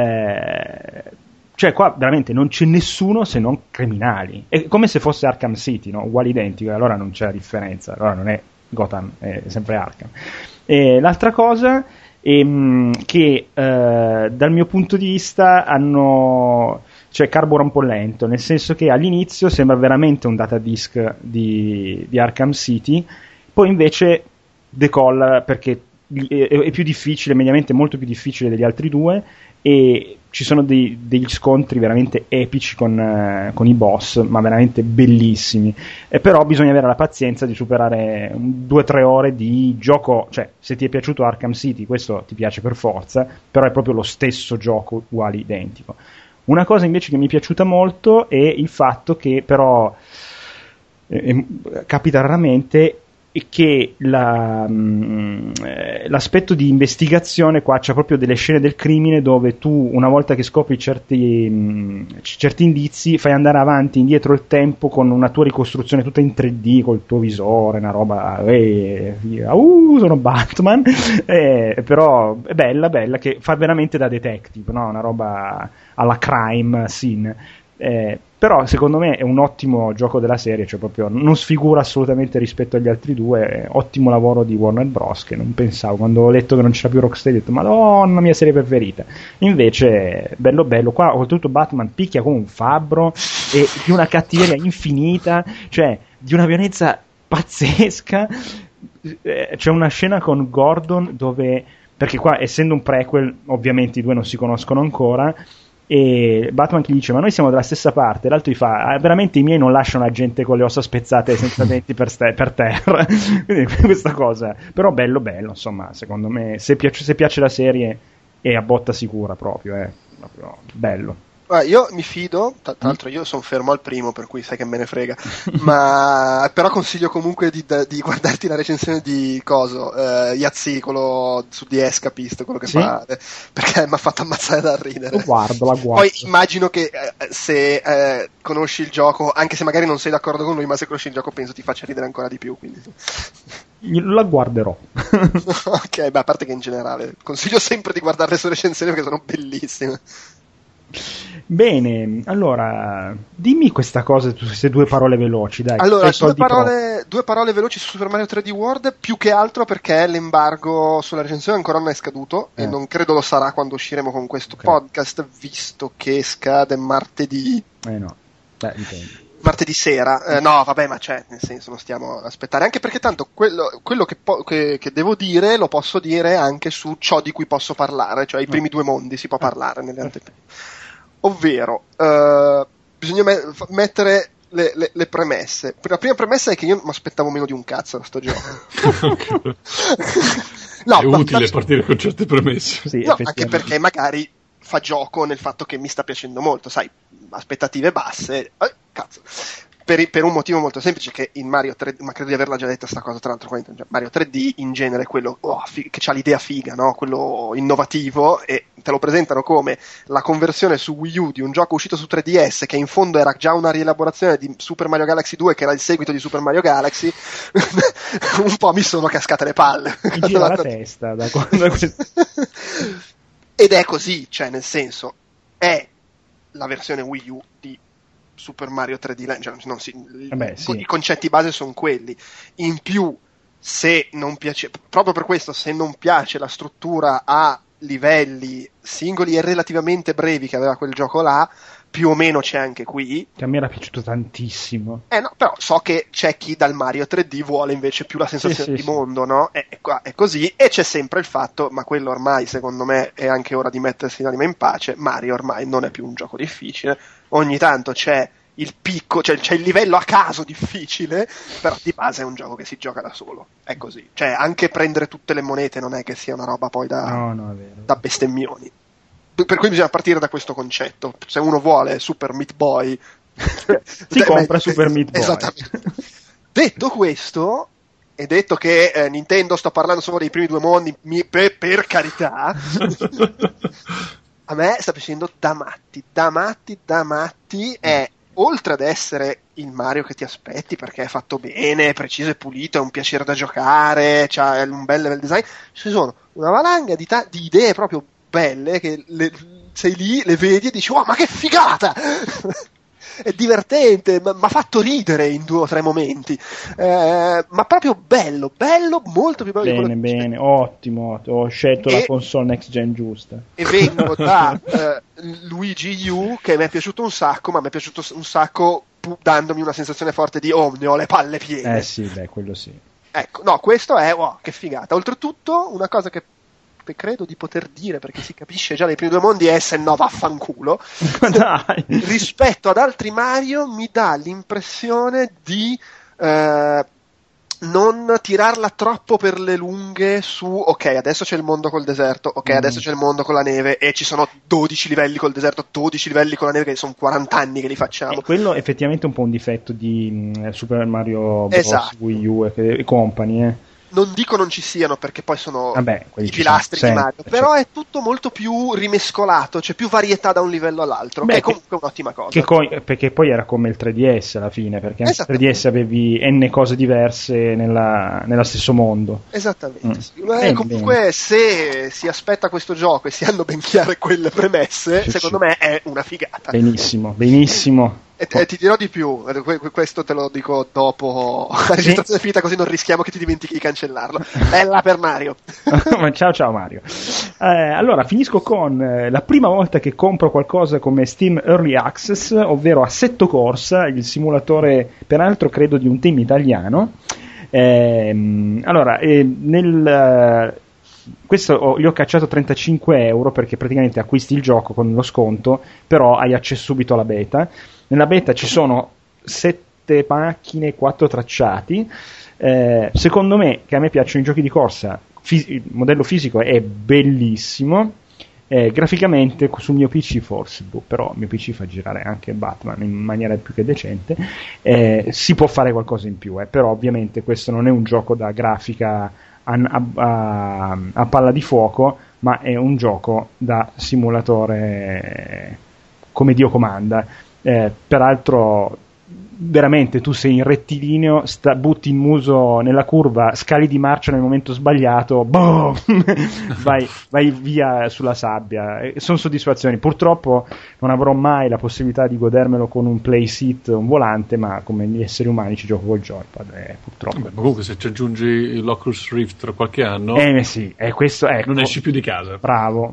Speaker 1: Cioè qua veramente non c'è nessuno se non criminali, è come se fosse Arkham City, no? Uguale identico, allora non c'è differenza, allora non è Gotham, è sempre Arkham. E l'altra cosa è che dal mio punto di vista carbura un po' lento, nel senso che all'inizio sembra veramente un datadisk di Arkham City, poi invece decolla perché è più difficile, mediamente molto più difficile degli altri 2, e ci sono degli scontri veramente epici con i boss, ma veramente bellissimi, e però bisogna avere la pazienza di superare 2-3 ore di gioco, cioè se ti è piaciuto Arkham City questo ti piace per forza, però è proprio lo stesso gioco, uguale, identico. Una cosa invece che mi è piaciuta molto è il fatto che però capita raramente che l'aspetto di investigazione qua c'è proprio delle scene del crimine dove tu, una volta che scopri certi indizi, fai andare avanti e indietro il tempo con una tua ricostruzione tutta in 3D col tuo visore, una roba sono Batman, però è bella, che fa veramente da detective, no? Una roba alla crime scene. Però secondo me è un ottimo gioco della serie, cioè proprio non sfigura assolutamente rispetto agli altri 2, ottimo lavoro di Warner Bros. Che non pensavo, quando ho letto che non c'era più Rocksteady ho detto madonna, mia serie preferita, invece bello, qua oltretutto Batman picchia come un fabbro e di una cattiveria infinita, cioè di una violenza pazzesca. C'è una scena con Gordon dove, perché qua essendo un prequel ovviamente i 2 non si conoscono ancora, e Batman che gli dice ma noi siamo dalla stessa parte, l'altro gli fa veramente i miei non lasciano la gente con le ossa spezzate senza denti per terra. Quindi questa cosa, però bello, insomma, secondo me se piace la serie è a botta sicura proprio bello.
Speaker 3: Io mi fido, tra l'altro io sono fermo al primo, per cui sai che me ne frega, ma però consiglio comunque di guardarti la recensione di Yazzi, quello su The Escapist, quello che fa, perché mi ha fatto ammazzare da ridere.
Speaker 1: La guardo.
Speaker 3: Poi immagino che se conosci il gioco, anche se magari non sei d'accordo con lui, ma se conosci il gioco penso ti faccia ridere ancora di più, quindi
Speaker 1: la guarderò.
Speaker 3: Ok, a parte che in generale consiglio sempre di guardare le sue recensioni perché sono bellissime.
Speaker 1: Bene, allora dimmi questa cosa, queste 2 parole veloci, dai.
Speaker 3: Allora, 2 parole veloci su Super Mario 3D World, più che altro perché l'embargo sulla recensione ancora non è scaduto e non credo lo sarà quando usciremo con questo podcast, visto che scade martedì.
Speaker 1: No, dipende.
Speaker 3: martedì sera. No, vabbè, ma nel senso, non stiamo ad aspettare, anche perché tanto quello che devo dire lo posso dire anche su ciò di cui posso parlare, cioè i primi due mondi si può parlare nelle anteprime. Ovvero, bisogna mettere le premesse. La prima premessa è che io mi aspettavo meno di un cazzo da sto gioco.
Speaker 2: No, è utile partire con certe premesse.
Speaker 3: Sì, no, anche perché magari fa gioco nel fatto che mi sta piacendo molto, sai, aspettative basse, cazzo. Per un motivo molto semplice, che in Mario 3D, ma credo di averla già detta sta cosa, tra l'altro, Mario 3D in genere è quello che c'ha l'idea figa, no? Quello innovativo, e te lo presentano come la conversione su Wii U di un gioco uscito su 3DS, che in fondo era già una rielaborazione di Super Mario Galaxy 2, che era il seguito di Super Mario Galaxy. Un po' mi sono cascate le palle.
Speaker 1: Mi gira la testa da quando
Speaker 3: Ed è così, cioè nel senso, è la versione Wii U di Super Mario 3D Land, sì. I concetti base sono quelli. In più, se non piace, proprio per questo, se non piace la struttura a livelli singoli e relativamente brevi che aveva quel gioco là, più o meno c'è anche qui.
Speaker 1: Che a me era piaciuto tantissimo.
Speaker 3: No, però so che c'è chi dal Mario 3D vuole invece più la sensazione di mondo, no? È così, e c'è sempre il fatto, ma quello ormai secondo me è anche ora di mettersi l'anima in pace, Mario ormai non è più un gioco difficile, ogni tanto c'è il picco, cioè c'è il livello a caso difficile, però di base è un gioco che si gioca da solo, è così. Cioè anche prendere tutte le monete non è che sia una roba poi da bestemmioni. Per cui bisogna partire da questo concetto. Se uno vuole Super Meat Boy
Speaker 1: si compra Super Meat Boy.
Speaker 3: Esattamente. Detto questo, e detto che Nintendo, sto parlando solo dei primi due mondi, per carità, a me sta piacendo da matti. È, oltre ad essere il Mario che ti aspetti, perché è fatto bene, è preciso e pulito, è un piacere da giocare, c'ha un bel level design, ci sono una valanga di idee proprio belle che sei lì, le vedi e dici wow, ma che figata! È divertente, m'ha fatto ridere in 2 o 3 momenti, ma proprio bello, molto più bello di quello.
Speaker 1: Bene, ottimo, ho scelto la console next gen giusta.
Speaker 3: E vengo da Luigi U, che mi è piaciuto un sacco, ma mi è piaciuto un sacco dandomi una sensazione forte di ne ho le palle piene.
Speaker 1: Sì, beh, quello sì.
Speaker 3: Ecco, no, questo è che figata. Oltretutto, una cosa che credo di poter dire, perché si capisce già nei primi due mondi, è se no vaffanculo.
Speaker 1: Dai.
Speaker 3: Rispetto ad altri Mario mi dà l'impressione di non tirarla troppo per le lunghe su ok, adesso c'è il mondo col deserto, ok, adesso c'è il mondo con la neve e ci sono 12 livelli col deserto, 12 livelli con la neve, che sono 40 anni che li facciamo.
Speaker 1: Quello è effettivamente un po' un difetto di Super Mario Bros. Wii U e company,
Speaker 3: Non dico non ci siano, perché poi sono i pilastri di Mario, però è tutto molto più rimescolato, c'è più varietà da un livello all'altro, che è comunque un'ottima cosa.
Speaker 1: Perché poi era come il 3DS alla fine, perché anche il 3DS avevi n cose diverse nello stesso mondo.
Speaker 3: Esattamente. Comunque se si aspetta questo gioco e si hanno ben chiare quelle premesse, secondo me è una figata.
Speaker 1: Benissimo.
Speaker 3: E ti dirò di più, questo te lo dico dopo la registrazione finita, così non rischiamo che ti dimentichi di cancellarlo. Bella per Mario.
Speaker 1: Ciao Mario. Allora finisco con la prima volta che compro qualcosa come Steam Early Access, ovvero Assetto Corsa, il simulatore peraltro credo di un team italiano. Questo gli ho cacciato 35 euro, perché praticamente acquisti il gioco con lo sconto, però hai accesso subito alla beta. Nella beta ci sono 7 macchine, 4 tracciati. Secondo me, che a me piacciono i giochi di corsa, il modello fisico è bellissimo. Graficamente sul mio PC forse, però il mio PC fa girare anche Batman in maniera più che decente. Si può fare qualcosa in più, però ovviamente questo non è un gioco da grafica a palla di fuoco, ma è un gioco da simulatore come Dio comanda. Peraltro veramente tu sei in rettilineo, butti il muso nella curva, scali di marcia nel momento sbagliato, boom! vai via sulla sabbia. Sono soddisfazioni. Purtroppo non avrò mai la possibilità di godermelo con un play seat, un volante, ma come gli esseri umani ci gioco col joypad, purtroppo.
Speaker 2: Ma comunque se ci aggiungi l'Oculus Rift tra qualche anno
Speaker 1: questo, ecco,
Speaker 2: non esci più di casa.
Speaker 1: Bravo.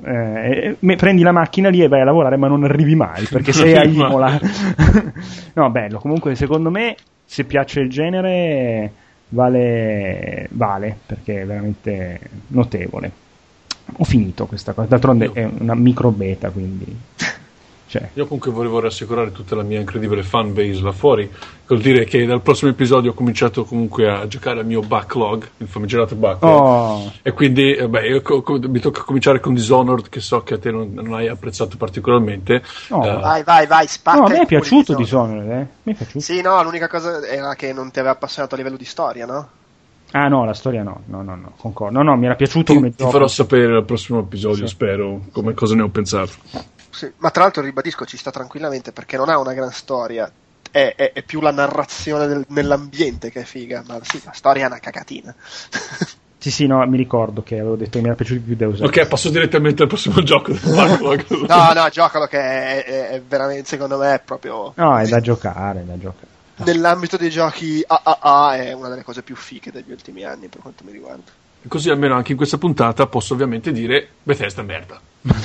Speaker 1: Prendi la macchina lì e vai a lavorare, ma non arrivi mai, perché sei a Imola. No, bello. Comunque, secondo me, se piace il genere, vale, perché è veramente notevole. Ho finito questa cosa. D'altronde è una micro beta, quindi...
Speaker 2: Io comunque volevo rassicurare tutta la mia incredibile fan base là fuori, vuol dire che dal prossimo episodio ho cominciato comunque a giocare al mio backlog, il famigerato backlog, e quindi mi tocca cominciare con Dishonored, che so che a te non hai apprezzato particolarmente.
Speaker 3: Vai, spacca.
Speaker 1: No, a me è piaciuto Dishonored, mi è piaciuto.
Speaker 3: Sì, no, l'unica cosa era che non ti aveva appassionato a livello di storia, no?
Speaker 1: Ah no, la storia no, concordo. No, mi era piaciuto come gioco.
Speaker 2: Ti farò sapere al prossimo episodio, spero, come cosa ne ho pensato.
Speaker 3: Sì, ma tra l'altro ribadisco, ci sta tranquillamente perché non ha una gran storia, è più la narrazione nell'ambiente che è figa, ma sì, la storia è una cagatina.
Speaker 1: Sì, no, mi ricordo che avevo detto che mi era piaciuto più Deus Ex.
Speaker 2: Ok, passo direttamente al prossimo gioco.
Speaker 3: No, giocalo, che è veramente, secondo me, è proprio...
Speaker 1: No, è da giocare.
Speaker 3: Nell'ambito dei giochi AAA è una delle cose più fighe degli ultimi anni, per quanto mi riguarda.
Speaker 2: Così almeno anche in questa puntata posso ovviamente dire Bethesda merda.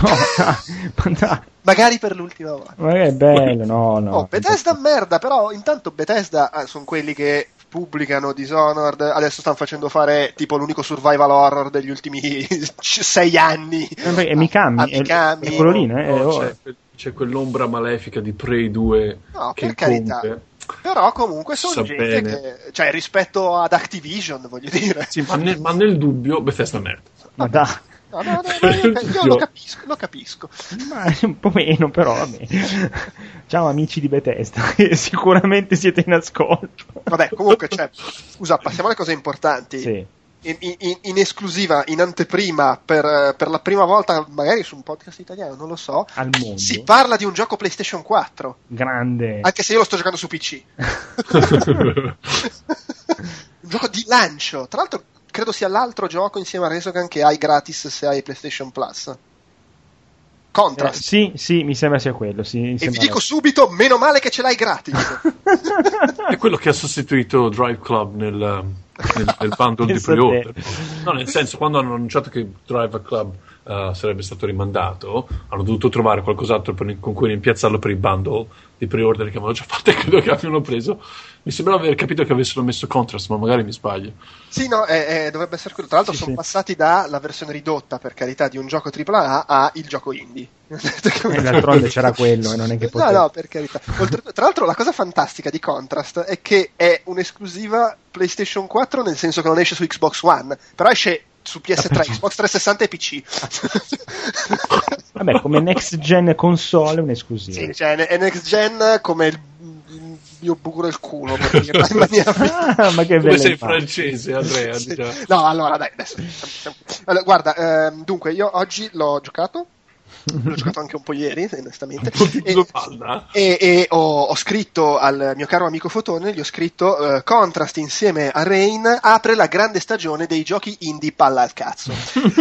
Speaker 1: No.
Speaker 3: Magari per l'ultima volta.
Speaker 1: Ma è bello, no.
Speaker 3: Bethesda merda, però intanto Bethesda sono quelli che pubblicano Dishonored, adesso stanno facendo fare tipo l'unico survival horror degli ultimi 6 anni.
Speaker 1: È Mikami, è quello lì,
Speaker 2: c'è quell'ombra malefica di Prey 2 che
Speaker 3: per carità. Però comunque sono gente che, cioè, rispetto ad Activision, voglio dire.
Speaker 2: Sì, ma nel dubbio Bethesda merda.
Speaker 1: Ma dai.
Speaker 3: No, io lo capisco.
Speaker 1: Ma un po' meno, però vabbè. Ciao amici di Bethesda, sicuramente siete in ascolto.
Speaker 3: Vabbè, comunque, scusa, passiamo alle cose importanti.
Speaker 1: Sì.
Speaker 3: In esclusiva, in anteprima, per la prima volta, magari su un podcast italiano, non lo so,
Speaker 1: al mondo,
Speaker 3: si parla di un gioco PlayStation 4.
Speaker 1: Grande.
Speaker 3: Anche se io lo sto giocando su PC. Un gioco di lancio. Tra l'altro, credo sia l'altro gioco insieme a Resogun che hai gratis se hai PlayStation Plus. Contrast.
Speaker 1: Sì, mi sembra sia quello. Sì,
Speaker 3: e vi dico subito, meno male che ce l'hai gratis.
Speaker 2: È quello che ha sostituito Drive Club nel bundle di pre-order. No, nel senso, quando hanno annunciato che Drive Club sarebbe stato rimandato, hanno dovuto trovare qualcos'altro con cui rimpiazzarlo per il bundle di pre-order che avevano già fatto e credo che abbiano preso. Mi sembrava aver capito che avessero messo Contrast, ma magari mi sbaglio.
Speaker 3: Sì, no, dovrebbe essere quello. Tra l'altro sono passati dalla versione ridotta, per carità, di un gioco AAA a il gioco indie.
Speaker 1: D'altronde c'era quello e non è che poteva.
Speaker 3: No, per carità. Tra l'altro la cosa fantastica di Contrast è che è un'esclusiva PlayStation 4, nel senso che non esce su Xbox One, però esce su PS3, Xbox 360 e PC.
Speaker 1: Vabbè, come next gen console è un'esclusiva.
Speaker 3: Sì, cioè è next gen come il mio buco del culo, per dirla in maniera
Speaker 1: ma che
Speaker 2: come sei francese, Andrea.
Speaker 3: Sì. No, allora dai, adesso allora, guarda, dunque io oggi l'ho giocato anche un po' ieri, onestamente, e ho scritto al mio caro amico Fotone, gli ho scritto Contrast insieme a Rain apre la grande stagione dei giochi indie palla al cazzo.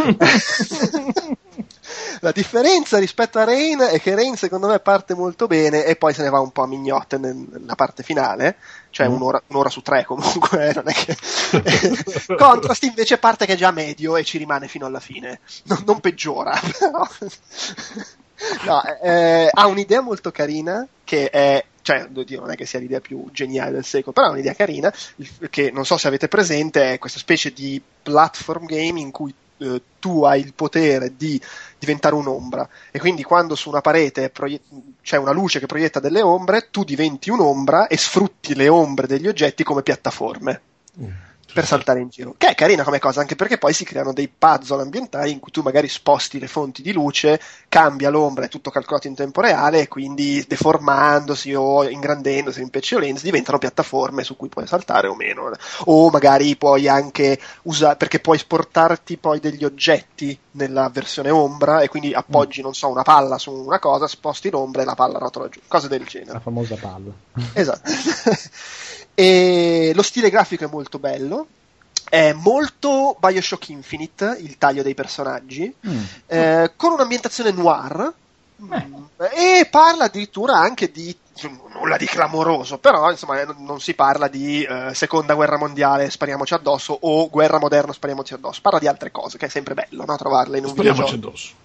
Speaker 3: La differenza rispetto a Rain è che Rain secondo me parte molto bene e poi se ne va un po' a mignotte nella parte finale, cioè un'ora su 3 comunque, non è che Contrast invece parte che è già medio e ci rimane fino alla fine, non peggiora, però no, ha un'idea molto carina che è, cioè, non è che sia l'idea più geniale del secolo, però è un'idea carina, che non so se avete presente, è questa specie di platform game in cui tu hai il potere di diventare un'ombra e quindi quando su una parete c'è una luce che proietta delle ombre, tu diventi un'ombra e sfrutti le ombre degli oggetti come piattaforme per saltare in giro, che è carina come cosa, anche perché poi si creano dei puzzle ambientali in cui tu magari sposti le fonti di luce, cambia l'ombra, è tutto calcolato in tempo reale e quindi deformandosi o ingrandendosi, impiccolendosi diventano piattaforme su cui puoi saltare o meno, o magari puoi anche usare, perché puoi sportarti poi degli oggetti nella versione ombra e quindi appoggi non so una palla su una cosa, sposti l'ombra e la palla rotola giù, cose del genere,
Speaker 1: la famosa palla.
Speaker 3: Esatto. E lo stile grafico è molto bello, è molto Bioshock Infinite il taglio dei personaggi, con un'ambientazione noir, e parla addirittura anche di nulla di clamoroso, però insomma non si parla di seconda guerra mondiale spariamoci addosso o guerra moderna spariamoci addosso, parla di altre cose, che è sempre bello, no? Trovarle in un
Speaker 2: spariamoci
Speaker 3: videogioco.
Speaker 2: addosso.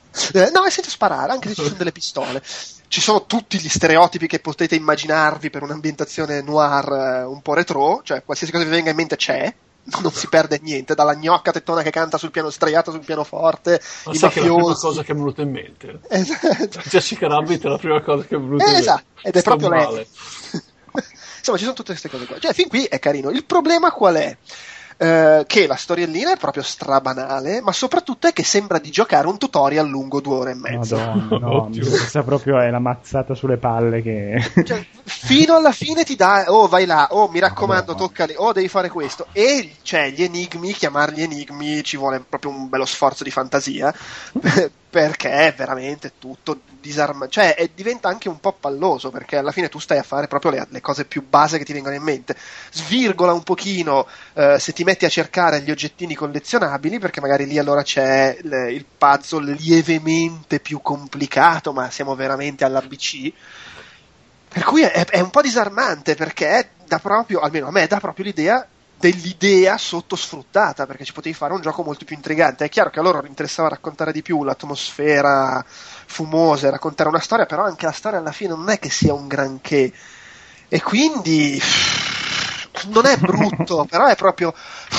Speaker 3: No, è senza sparare, anche se ci sono delle pistole. Ci sono tutti gli stereotipi che potete immaginarvi per un'ambientazione noir un po' retro, cioè qualsiasi cosa vi venga in mente c'è, non si perde niente, dalla gnocca tettona che canta sul piano striato sul pianoforte,
Speaker 2: ma
Speaker 3: i
Speaker 2: sai che è la prima
Speaker 3: mafiosi.
Speaker 2: cosa che è venuta in mente.
Speaker 3: Esatto.
Speaker 2: Jessica Rabbit è la prima cosa che è venuta in mente.
Speaker 3: Esatto, ed è
Speaker 2: Sto
Speaker 3: proprio
Speaker 2: male.
Speaker 3: lei. Insomma, ci sono tutte queste cose qua. Cioè, fin qui è carino. Il problema qual è? Che la storiellina è proprio strabanale, ma soprattutto è che sembra di giocare un tutorial lungo 2 ore e mezza.
Speaker 1: Madonna, no, questa proprio è la mazzata sulle palle che...
Speaker 3: Cioè, fino alla fine ti dà, vai là, mi raccomando, tocca lì, devi fare questo. E cioè, gli enigmi, chiamarli enigmi, ci vuole proprio un bello sforzo di fantasia, perché è veramente tutto disarmato, cioè diventa anche un po' palloso, perché alla fine tu stai a fare proprio le cose più base che ti vengono in mente. Svirgola un pochino se ti metti a cercare gli oggettini collezionabili, perché magari lì allora c'è il puzzle lievemente più complicato, ma siamo veramente all'ABC. Per cui è un po' disarmante, perché dà proprio, almeno a me, dà proprio dell'idea sottosfruttata, perché ci potevi fare un gioco molto più intrigante. È chiaro che a loro interessava raccontare di più l'atmosfera fumosa e raccontare una storia, però anche la storia alla fine non è che sia un granché, e quindi non è brutto, però è proprio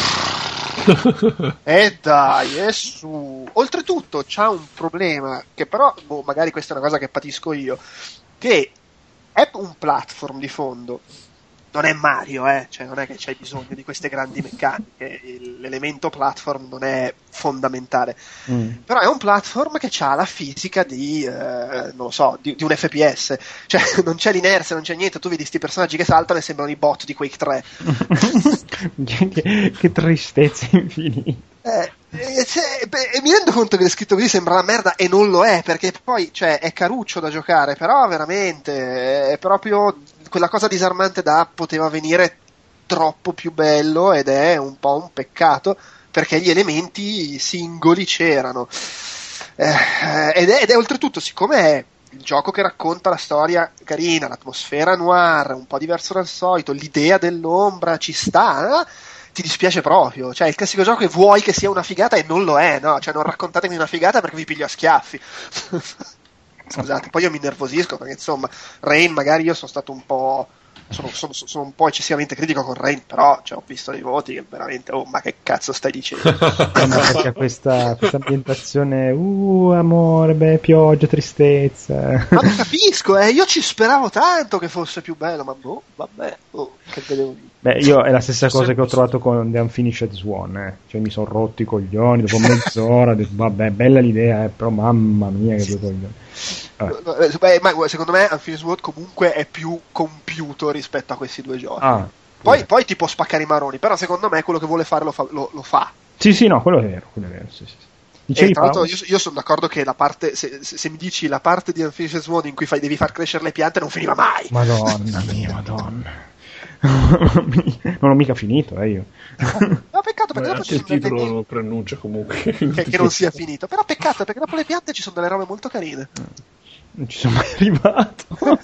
Speaker 3: dai, su. Oltretutto c'ha un problema che però magari questa è una cosa che patisco io, che è un platform di fondo, non è Mario, cioè non è che c'hai bisogno di queste grandi meccaniche, l'elemento platform non è fondamentale, però è un platform che ha la fisica di non lo so, di un FPS, cioè non c'è l'inerzia, non c'è niente, tu vedi sti personaggi che saltano e sembrano i bot di Quake 3.
Speaker 1: che tristezza infinita.
Speaker 3: E mi rendo conto che è scritto così sembra una merda, e non lo è, perché poi cioè, è caruccio da giocare, però veramente è proprio quella cosa disarmante poteva venire troppo più bello, ed è un po' un peccato, perché gli elementi singoli c'erano, ed è oltretutto, siccome è il gioco che racconta la storia carina, l'atmosfera noir, un po' diverso dal solito, l'idea dell'ombra ci sta, ti dispiace proprio, cioè il classico gioco che vuoi che sia una figata e non lo è, no? Cioè non raccontatemi una figata perché vi piglio a schiaffi. Scusate, poi io mi innervosisco perché insomma Rain, magari io sono stato un po', sono un po' eccessivamente critico con Rain, però cioè, ho visto dei voti che veramente, ma che cazzo stai dicendo?
Speaker 1: Perché questa ambientazione amore, pioggia, tristezza,
Speaker 3: ma lo capisco, io ci speravo tanto che fosse più bello, ma vabbè, che vedevo dire.
Speaker 1: Beh, io è la stessa cosa che ho trovato con The Unfinished Swan, cioè mi sono rotti i coglioni dopo mezz'ora, vabbè, bella l'idea, però mamma mia che due coglioni.
Speaker 3: Ma secondo me Unfinished Swan comunque è più compiuto rispetto a questi due giochi. Poi ti può spaccare i maroni, però secondo me quello che vuole fare lo fa.
Speaker 1: Sì, no, quello è vero, sì.
Speaker 3: E tra l'altro io sono d'accordo che la parte, se mi dici la parte di Unfinished Swan in cui devi far crescere le piante non finiva mai.
Speaker 1: Madonna mia, madonna. Non ho mica finito, io.
Speaker 3: No, peccato, perché dopo
Speaker 2: il titolo lo preannuncia comunque
Speaker 3: che non sia finito. Però peccato, perché dopo le piante ci sono delle robe molto carine.
Speaker 1: Non ci sono mai arrivato.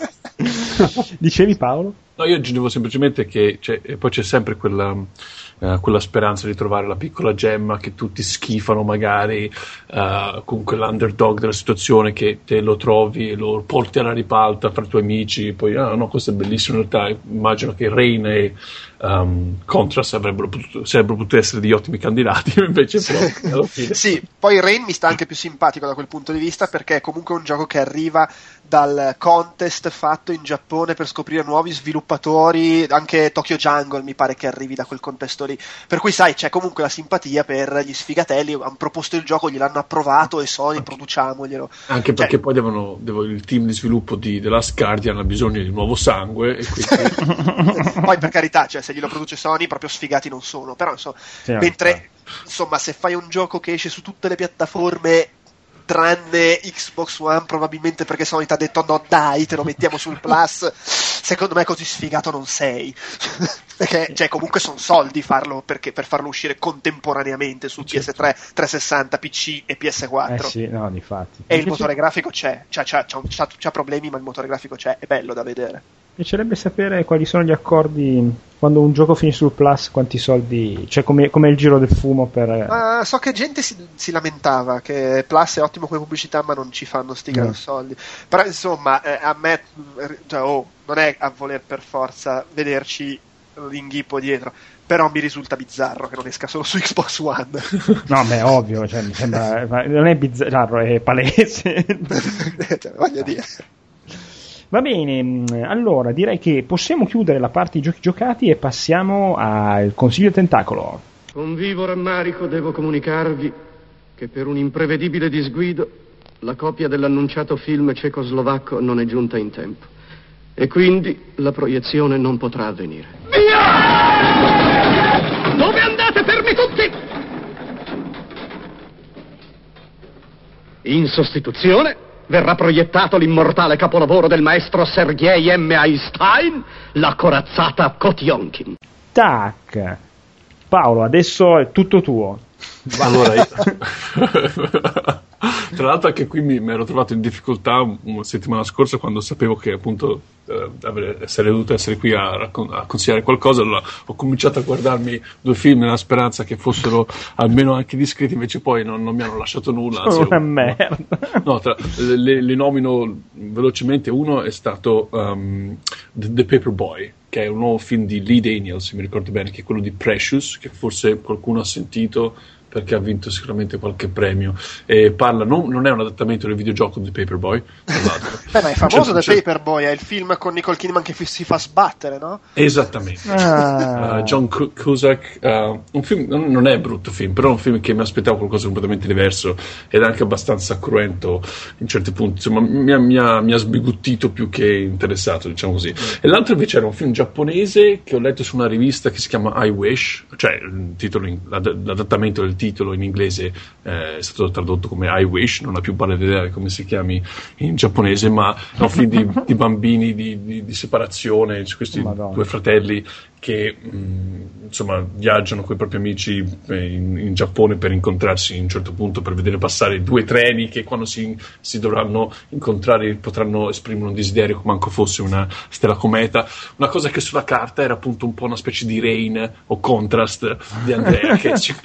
Speaker 1: Dicevi, Paolo?
Speaker 2: No, io aggiungevo semplicemente che poi c'è sempre quella speranza di trovare la piccola gemma che tutti schifano magari, con quell'underdog della situazione, che te lo trovi e lo porti alla ripalta fra i tuoi amici, poi no, questo è bellissimo. In realtà immagino che Rain e Contrast sarebbero potuti essere degli ottimi candidati, invece però alla fine.
Speaker 3: Sì, poi Rain mi sta anche più simpatico da quel punto di vista, perché è comunque un gioco che arriva dal contest fatto in Giappone per scoprire nuovi sviluppatori, anche Tokyo Jungle mi pare che arrivi da quel contesto lì, per cui sai, c'è comunque la simpatia per gli sfigatelli, hanno proposto il gioco, gliel'hanno approvato e Sony produciamoglielo.
Speaker 2: Anche perché poi il team di sviluppo di The Last Guardian ha bisogno di nuovo sangue, e quindi...
Speaker 3: Poi per carità, cioè, se glielo produce Sony proprio sfigati non sono, però insomma, mentre insomma se fai un gioco che esce su tutte le piattaforme tranne Xbox One, probabilmente perché Sony ti ha detto no dai, te lo mettiamo sul Plus, secondo me così sfigato non sei. Perché cioè, comunque sono soldi farlo, perché per farlo uscire contemporaneamente su PS3, 360, PC e PS4.
Speaker 1: Sì, no, difatti.
Speaker 3: E il motore grafico c'ha problemi, ma il motore grafico c'è, è bello da vedere.
Speaker 1: piacerebbe sapere quali sono gli accordi quando un gioco finisce sul Plus, quanti soldi, cioè come il giro del fumo per...
Speaker 3: So che gente si lamentava che Plus è ottimo come pubblicità ma non ci fanno sti gran soldi, però insomma a me non è a voler per forza vederci l'inghippo dietro, però mi risulta bizzarro che non esca solo su Xbox One.
Speaker 1: No, beh, ovvio, cioè, mi sembra, non è bizzarro, è palese.
Speaker 3: Cioè, voglio dire.
Speaker 1: Va bene, allora direi che possiamo chiudere la parte di giochi giocati e passiamo al consiglio tentacolo.
Speaker 4: Con vivo rammarico devo comunicarvi che per un imprevedibile disguido la copia dell'annunciato film cecoslovacco non è giunta in tempo e quindi la proiezione non potrà avvenire. Via! Dove andate, fermi tutti? In sostituzione verrà proiettato l'immortale capolavoro del maestro Sergei M. Einstein, La corazzata Kotionkin.
Speaker 1: Tac! Paolo, adesso è tutto tuo.
Speaker 2: Allora, tra l'altro anche qui mi ero trovato in difficoltà una settimana scorsa quando sapevo che appunto sarei dovuto essere qui a consigliare qualcosa. Allora ho cominciato a guardarmi 2 film nella speranza che fossero almeno anche discreti, invece poi non mi hanno lasciato nulla. Anzi,
Speaker 1: una merda.
Speaker 2: No, li nomino velocemente. Uno è stato The Paperboy, che è un nuovo film di Lee Daniels, se mi ricordo bene, che è quello di Precious, che forse qualcuno ha sentito perché ha vinto sicuramente qualche premio, e parla, non è un adattamento del videogioco di Paperboy, tra l'altro.
Speaker 3: Ma è famoso The Paperboy, è il film con Nicole Kidman che si fa sbattere, no?
Speaker 2: Esattamente. John Cusack, un film, non è un brutto film, però è un film che mi aspettavo qualcosa di completamente diverso ed è anche abbastanza cruento in certi punti, insomma mi ha sbigottito più che interessato, diciamo così. E l'altro invece era un film giapponese che ho letto su una rivista che si chiama I Wish, cioè il titolo, l'adattamento del titolo in inglese è stato tradotto come I Wish, non ha più pallida idea come si chiami in giapponese, ma è un film di bambini di separazione, questi 2 fratelli che insomma viaggiano con i propri amici in Giappone per incontrarsi in un certo punto, per vedere passare 2 treni che quando si dovranno incontrare potranno esprimere un desiderio come manco fosse una stella cometa, una cosa che sulla carta era appunto un po' una specie di Rain o Contrast di Andrea, che ci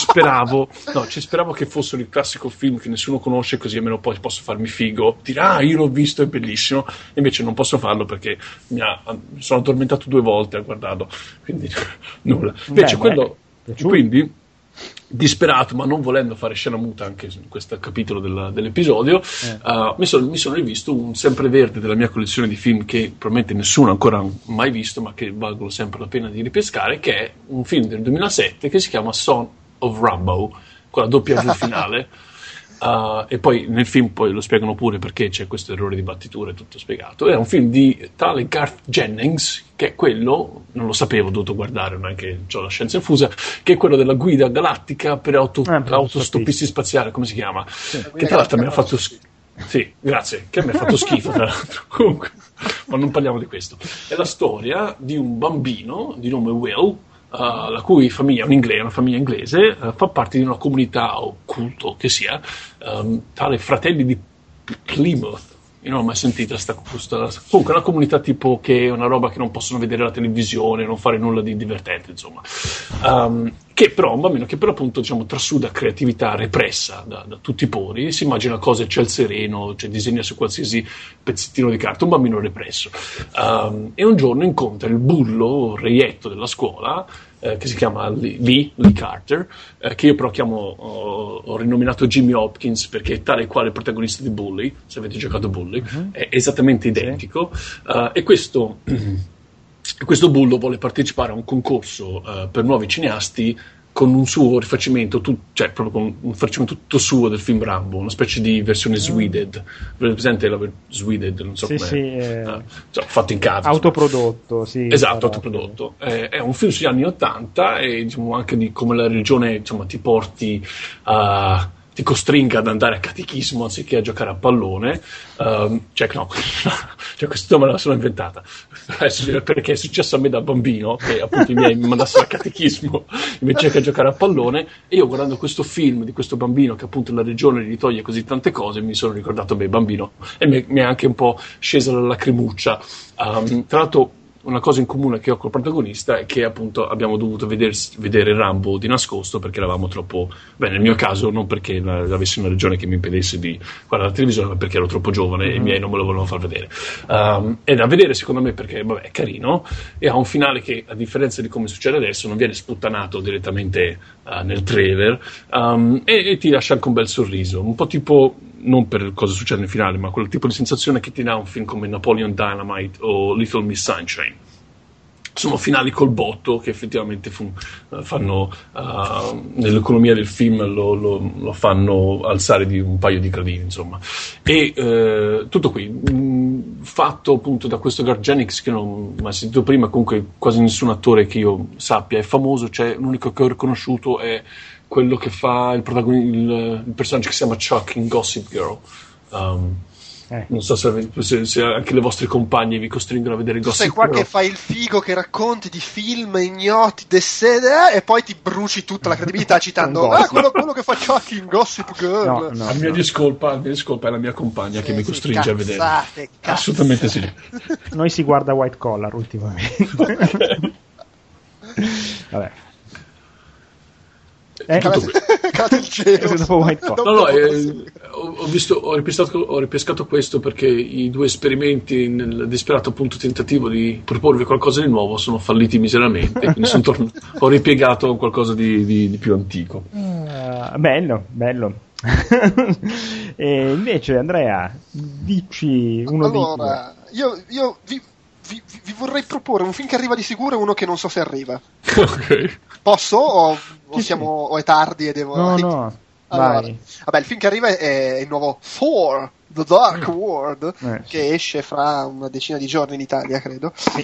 Speaker 2: speravo che fossero il classico film che nessuno conosce, così almeno poi posso farmi figo, dire io l'ho visto, è bellissimo, invece non posso farlo perché mi sono addormentato 2 volte a guardarlo, quindi nulla. Invece quindi disperato, ma non volendo fare scena muta anche in questo capitolo dell'episodio, mi sono rivisto un sempreverde della mia collezione di film che probabilmente nessuno ancora ha mai visto, ma che valgono sempre la pena di ripescare, che è un film del 2007 che si chiama Son of Rambo, con la W finale. E poi nel film poi lo spiegano pure perché c'è questo errore di battitura, è tutto spiegato. È un film di tale Garth Jennings, che è quello, non lo sapevo, ho dovuto guardare, non è che ho la scienza infusa, che è quello della guida galattica per autostoppisti spaziali, come si chiama? Sì. Che tra l'altro mi ha fatto sì, grazie, che mi ha fatto schifo tra l'altro. Comunque, ma non parliamo di questo. È la storia di un bambino di nome Will, la cui famiglia, una famiglia inglese, fa parte di una comunità o culto che sia, tale Fratelli di Plymouth. Io non ho mai sentito questa comunque una comunità tipo che è una roba che non possono vedere la televisione, non fare nulla di divertente, insomma, che però un bambino che però appunto diciamo trasuda creatività repressa da tutti i pori, si immagina cose a ciel sereno, cioè disegna su qualsiasi pezzettino di carta, un bambino represso, e un giorno incontra il bullo, il reietto della scuola, che si chiama Lee Carter, che io però ho rinominato Jimmy Hopkins perché è tale e quale il protagonista di Bully, se avete giocato Bully, è esattamente identico, e questo bullo vuole partecipare a un concorso per nuovi cineasti con un suo rifacimento, cioè proprio con un rifacimento tutto suo del film Rambo, una specie di versione Sweded. Presente la Sweded? Non so com'è. Fatto in casa.
Speaker 1: Autoprodotto, sì.
Speaker 2: Esatto, autoprodotto. È un film sugli anni '80 e diciamo anche di come la religione, insomma, ti porti a ti costringa ad andare a catechismo anziché a giocare a pallone. Cioè questa me la sono inventata perché è successo a me da bambino, che appunto i miei mi mandassero a catechismo invece che a giocare a pallone, e io guardando questo film di questo bambino che appunto la religione gli toglie così tante cose, mi sono ricordato bambino, e mi è anche un po' scesa la lacrimuccia. Tra l'altro una cosa in comune che ho col protagonista è che appunto abbiamo dovuto vedere Rambo di nascosto perché eravamo troppo, nel mio caso non perché avessi una ragione che mi impedisse di guardare la televisione, ma perché ero troppo giovane e i miei non me lo volevano far vedere. È da vedere secondo me perché è carino e ha un finale che, a differenza di come succede adesso, non viene sputtanato direttamente nel trailer, e ti lascia anche un bel sorriso, un po' tipo, non per cosa succede nel finale, ma quel tipo di sensazione che ti dà un film come Napoleon Dynamite o Little Miss Sunshine. Sono finali col botto che effettivamente fanno nell'economia del film lo fanno alzare di un paio di gradini, insomma. E tutto qui, fatto appunto da questo Garth Jennings, che non ho mai sentito prima. Comunque quasi nessun attore che io sappia è famoso, l'unico che ho riconosciuto è quello che fa il personaggio che si chiama Chuck in Gossip Girl. Non so se anche le vostre compagne vi costringono a vedere Gossip Girl.
Speaker 3: Sei qua che fai il figo, che racconti di film ignoti e poi ti bruci tutta la credibilità citando quello che fa Chuck in Gossip Girl.
Speaker 2: La mia discolpa è la mia compagna che mi costringe a vedere. Assolutamente sì.
Speaker 1: Noi si guarda White Collar ultimamente. Vabbè.
Speaker 3: Cade il cielo.
Speaker 2: Ho ripescato questo perché i due esperimenti nel disperato appunto tentativo di proporvi qualcosa di nuovo sono falliti miseramente, quindi ho ripiegato qualcosa di più antico.
Speaker 1: Bello. E invece Andrea, dici uno di due.
Speaker 3: Io vi vorrei proporre un film che arriva di sicuro e uno che non so se arriva.
Speaker 2: Ok.
Speaker 3: Posso? O è tardi e devo...
Speaker 1: No.
Speaker 3: Allora, vabbè, il film che arriva è il nuovo Thor, The Dark World, che esce fra una decina di giorni in Italia, credo.
Speaker 1: Sì.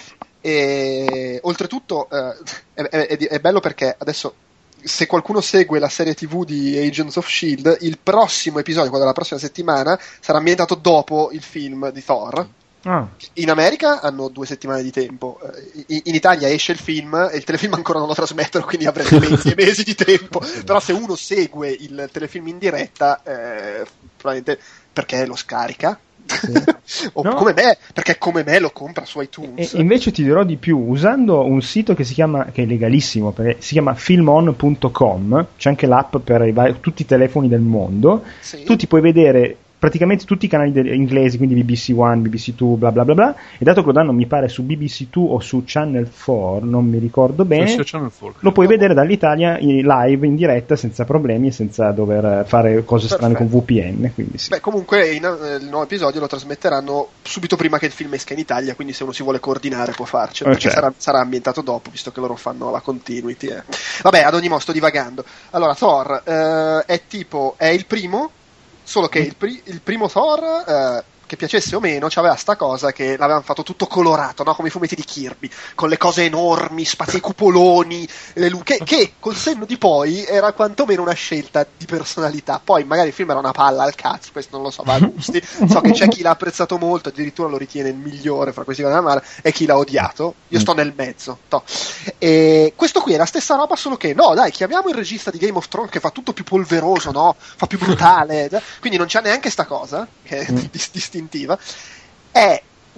Speaker 3: E oltretutto è bello perché adesso, se qualcuno segue la serie TV di Agents of S.H.I.E.L.D., il prossimo episodio, quello della prossima settimana, sarà ambientato dopo il film di Thor. In America hanno 2 settimane di tempo, in Italia esce il film e il telefilm ancora non lo trasmettono, quindi avrete mesi e mesi di tempo. Però se uno segue il telefilm in diretta, probabilmente perché lo scarica, come me, perché come me lo compra su iTunes.
Speaker 1: E invece ti dirò di più, usando un sito che è legalissimo, perché si chiama filmon.com, c'è anche l'app per tutti i telefoni del mondo. Sì. Tu ti puoi vedere praticamente tutti i canali inglesi, quindi BBC One, BBC Two, bla bla bla bla, e dato che lo danno mi pare su BBC Two o su Channel 4, non mi ricordo bene, lo puoi vedere dall'Italia live in diretta senza problemi e senza dover fare cose strane con VPN, quindi sì.
Speaker 3: Beh, comunque il nuovo episodio lo trasmetteranno subito prima che il film esca in Italia, quindi se uno si vuole coordinare può farcelo, perché sarà ambientato dopo, visto che loro fanno la continuity. Vabbè, ad ogni modo sto divagando. Allora, Thor è il primo, solo che il primo Thor, che piacesse o meno, c'aveva sta cosa che l'avevano fatto tutto colorato, no? Come i fumetti di Kirby, con le cose enormi, spazi ai cupoloni, che col senno di poi era quantomeno una scelta di personalità. Poi magari il film era una palla al cazzo, questo non lo so, va a gusti. So che c'è chi l'ha apprezzato molto, addirittura lo ritiene il migliore fra questi da male, e chi l'ha odiato. Io sto nel mezzo. E questo qui è la stessa roba, solo che no, dai, chiamiamo il regista di Game of Thrones che fa tutto più polveroso, no? Fa più brutale, quindi non c'è neanche sta cosa che è distintiva. È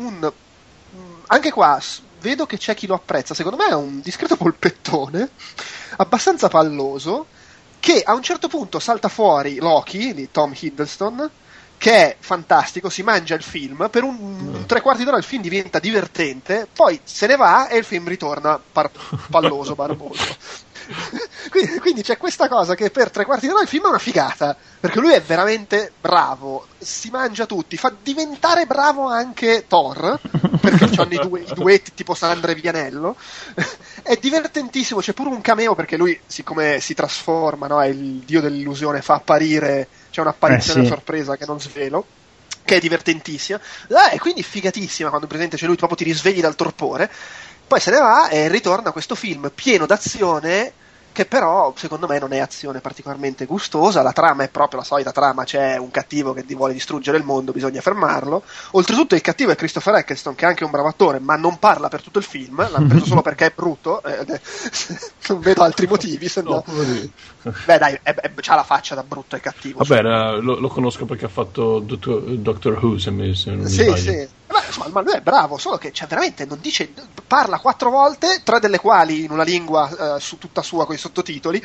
Speaker 3: anche qua vedo che c'è chi lo apprezza, secondo me è un discreto polpettone abbastanza palloso, che a un certo punto salta fuori Loki di Tom Hiddleston, che è fantastico, si mangia il film per un 3/4 d'ora, il film diventa divertente, poi se ne va e il film ritorna palloso, barboso. Quindi c'è questa cosa che per 3/4 d'ora il film è una figata, perché lui è veramente bravo, si mangia tutti, fa diventare bravo anche Thor, perché c'hanno i duetti tipo Sandra e Vianello. È divertentissimo, c'è pure un cameo perché lui, siccome si trasforma, no, è il dio dell'illusione, fa apparire, c'è un'apparizione sorpresa che non svelo, che è divertentissima, e quindi figatissima quando presente c'è lui, proprio ti risvegli dal torpore. Poi se ne va e ritorna questo film pieno d'azione che però secondo me non è azione particolarmente gustosa. La trama è proprio la solita trama, c'è un cattivo che vuole distruggere il mondo, bisogna fermarlo. Oltretutto il cattivo è Christopher Eccleston, che è anche un bravo attore, ma non parla per tutto il film, l'hanno preso solo perché è brutto, non vedo altri motivi, se no. Beh dai, c'ha la faccia da brutto e cattivo.
Speaker 2: Vabbè, lo conosco perché ha fatto Doctor Who, se non mi sbaglio.
Speaker 3: Sì. Ma lui è bravo, solo che veramente non dice, parla 4 volte, 3 delle quali in una lingua su tutta sua con i sottotitoli.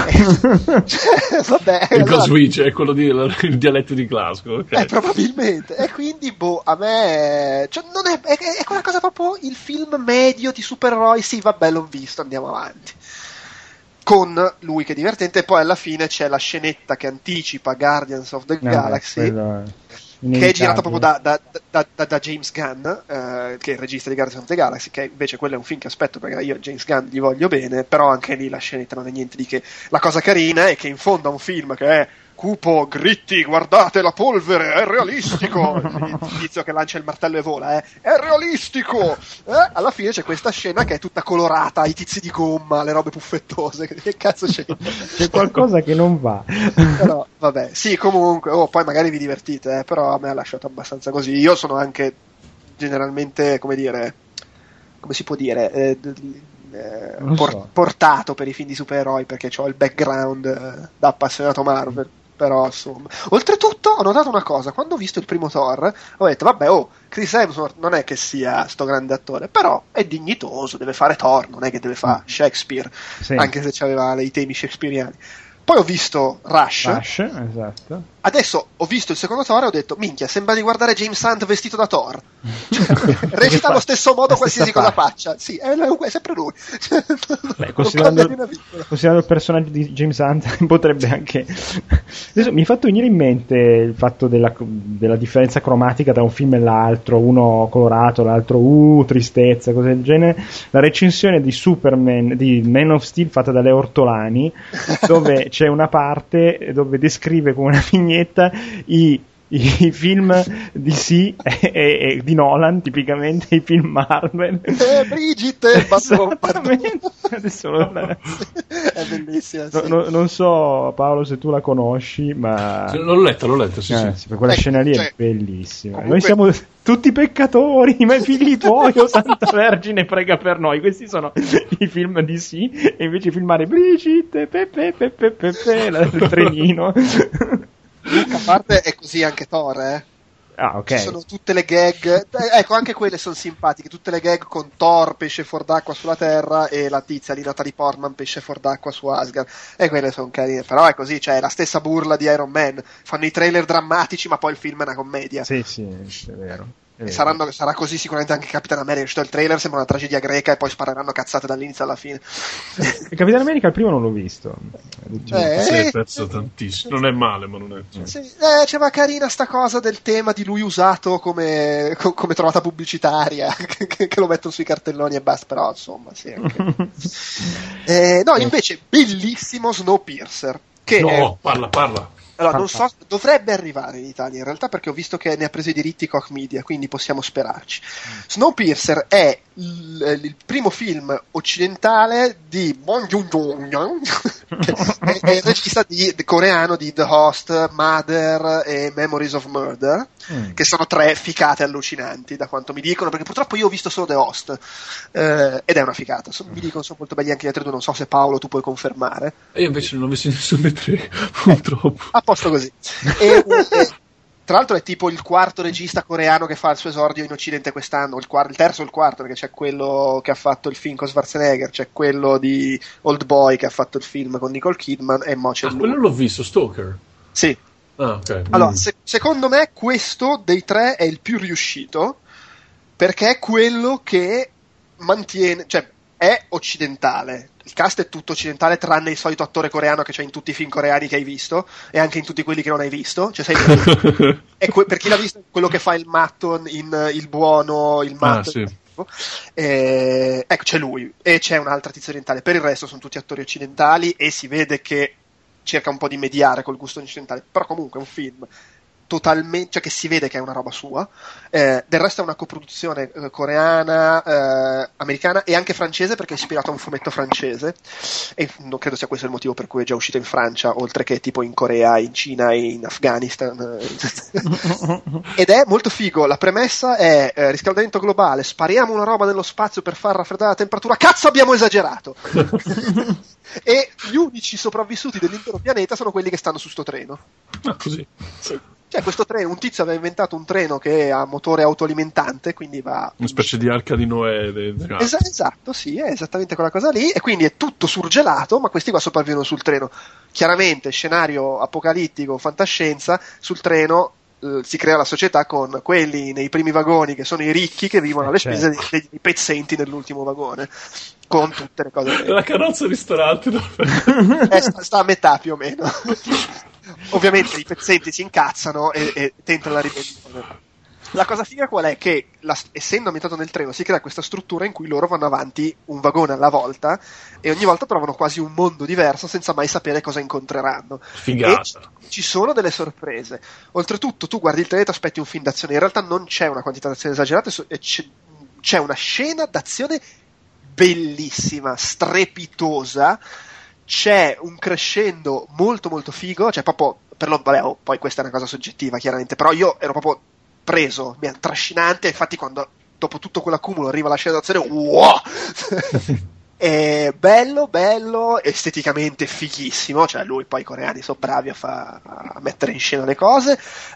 Speaker 3: Vabbè,
Speaker 2: il Goswitch è quello il dialetto di Glasgow. Okay.
Speaker 3: Probabilmente. E quindi, a me non è quella cosa proprio il film medio di supereroi. Sì, vabbè, l'ho visto, andiamo avanti. Con lui che è divertente, e poi alla fine c'è la scenetta che anticipa Guardians of the Galaxy. Che è girato proprio da James Gunn, che è il regista di Guardians of the Galaxy, che invece quello è un film che aspetto perché io James Gunn gli voglio bene, però anche lì la scenetta non è niente di che. La cosa carina è che in fondo a un film che è cupo, gritti, guardate la polvere, è realistico, il tizio che lancia il martello e vola, è realistico, alla fine c'è questa scena che è tutta colorata, i tizi di gomma, le robe puffettose, che cazzo c'è?
Speaker 1: C'è qualcosa che non va.
Speaker 3: Però, vabbè, sì, comunque, poi magari vi divertite, però a me ha lasciato abbastanza così. Io sono anche generalmente, come si può dire, portato per i film di supereroi, perché ho il background da appassionato Marvel. Però insomma, oltretutto ho notato una cosa: quando ho visto il primo Thor ho detto vabbè, Chris Hemsworth non è che sia sto grande attore, però è dignitoso, deve fare Thor, non è che deve fare Shakespeare, sì. Anche se aveva i temi shakespeariani. Poi ho visto Rush,
Speaker 1: esatto.
Speaker 3: Adesso ho visto il secondo Thor e ho detto minchia, sembra di guardare James Hunt vestito da Thor, recita allo stesso modo qualsiasi cosa faccia. Sì, è sempre lui.
Speaker 1: Beh, considerando il personaggio di James Hunt potrebbe anche adesso mi è fatto venire in mente il fatto della differenza cromatica tra un film e l'altro, uno colorato, l'altro tristezza, cose del genere. La recensione di Superman di Man of Steel fatta da Leo Ortolani, dove c'è una parte dove descrive con una vignetta i film DC e di Nolan, tipicamente i film Marvel.
Speaker 3: Brigitte,
Speaker 1: adesso
Speaker 3: è bellissima. Sì.
Speaker 1: Non so, Paolo, se tu la conosci, ma
Speaker 2: l'ho letto, sì.
Speaker 1: Per quella scena lì è bellissima. Comunque... Noi siamo tutti peccatori, ma i figli tuoi, Santa Vergine, prega per noi. Questi sono i film DC, e invece i film Marvel, Brigitte, Pepe, il trenino.
Speaker 3: A parte è così anche Thor,
Speaker 1: Ah, ok.
Speaker 3: Ci sono tutte le gag, ecco, anche quelle sono simpatiche, tutte le gag con Thor pesce fuor d'acqua sulla terra e la tizia di Natalie Portman pesce fuor d'acqua su Asgard, e quelle sono carine, però è così, cioè è la stessa burla di Iron Man, fanno i trailer drammatici ma poi il film è una commedia.
Speaker 1: Sì, è vero.
Speaker 3: E sarà così sicuramente anche Capitan America. Il trailer sembra una tragedia greca e poi spareranno cazzate dall'inizio alla fine.
Speaker 1: Capitan America il primo non l'ho visto.
Speaker 2: Si è perso tantissimo. Non è male, ma non è.
Speaker 3: Sì, c'era carina sta cosa del tema di lui usato come trovata pubblicitaria, che lo mettono sui cartelloni e basta. Però insomma, sì. Anche. No, invece bellissimo Snowpiercer.
Speaker 2: Parla.
Speaker 3: Allora, non so, dovrebbe arrivare in Italia in realtà, perché ho visto che ne ha preso i diritti Koch Media, quindi possiamo sperarci. Snowpiercer è il primo film occidentale di Bong Joon-ho, che è il regista coreano di The Host, Mother e Memories of Murder, che sono 3 ficate allucinanti da quanto mi dicono, perché purtroppo io ho visto solo The Host, ed è una ficata. Mi dicono sono molto belli anche gli altri 2, non so se Paolo tu puoi confermare.
Speaker 2: Io invece non ho visto nessuno dei 3, purtroppo.
Speaker 3: A posto così. E tra l'altro è tipo il quarto regista coreano che fa il suo esordio in Occidente quest'anno, il terzo o il quarto, perché c'è quello che ha fatto il film con Schwarzenegger, c'è quello di Old Boy che ha fatto il film con Nicole Kidman, e mo c'è lui.
Speaker 2: Quello l'ho visto, Stalker.
Speaker 3: Sì.
Speaker 2: Ah, ok.
Speaker 3: Allora, secondo me questo dei 3 è il più riuscito, perché è quello che mantiene, cioè è occidentale. Il cast è tutto occidentale, tranne il solito attore coreano che c'è in tutti i film coreani che hai visto e anche in tutti quelli che non hai visto. Cioè, per chi l'ha visto, quello che fa il matto in Il Buono, il matto.
Speaker 2: Sì.
Speaker 3: Ecco, c'è lui e c'è un'altra tizia orientale. Per il resto sono tutti attori occidentali e si vede che cerca un po' di mediare col gusto occidentale. Però comunque è un film totalmente, cioè che si vede che è una roba sua. Del resto è una coproduzione coreana, americana e anche francese, perché è ispirato a un fumetto francese, e non credo sia questo il motivo per cui è già uscito in Francia, oltre che tipo in Corea, in Cina e in Afghanistan. Ed è molto figo. La premessa è riscaldamento globale, spariamo una roba nello spazio per far raffreddare la temperatura, cazzo abbiamo esagerato. E gli unici sopravvissuti dell'intero pianeta sono quelli che stanno su sto treno.
Speaker 2: Così.
Speaker 3: Sì. Cioè questo treno, un tizio aveva inventato un treno che ha motore autoalimentante, quindi va...
Speaker 2: Una specie di arca di Noè.
Speaker 3: Esatto, sì, è esattamente quella cosa lì, e quindi è tutto surgelato, ma questi qua sopravvivono sul treno. Chiaramente, scenario apocalittico, fantascienza, sul treno si crea la società con quelli nei primi vagoni che sono i ricchi che vivono alle spese dei pezzenti nell'ultimo vagone, con tutte le cose.
Speaker 2: La carrozza ristorante
Speaker 3: sta a metà più o meno. Ovviamente i pezzenti si incazzano e tentano la ribellione. La cosa figa qual è? Che essendo ambientato nel treno si crea questa struttura in cui loro vanno avanti un vagone alla volta e ogni volta trovano quasi un mondo diverso senza mai sapere cosa incontreranno.
Speaker 2: Figata.
Speaker 3: E ci sono delle sorprese. Oltretutto tu guardi il treno e ti aspetti un film d'azione, in realtà non c'è una quantità d'azione esagerata, c'è una scena d'azione bellissima, strepitosa, c'è un crescendo molto molto figo, cioè proprio poi questa è una cosa soggettiva chiaramente, però io ero proprio preso, trascinante, infatti quando dopo tutto quell'accumulo arriva la scena d'azione, wow! È bello, esteticamente fighissimo, cioè lui, poi i coreani sono bravi a mettere in scena le cose,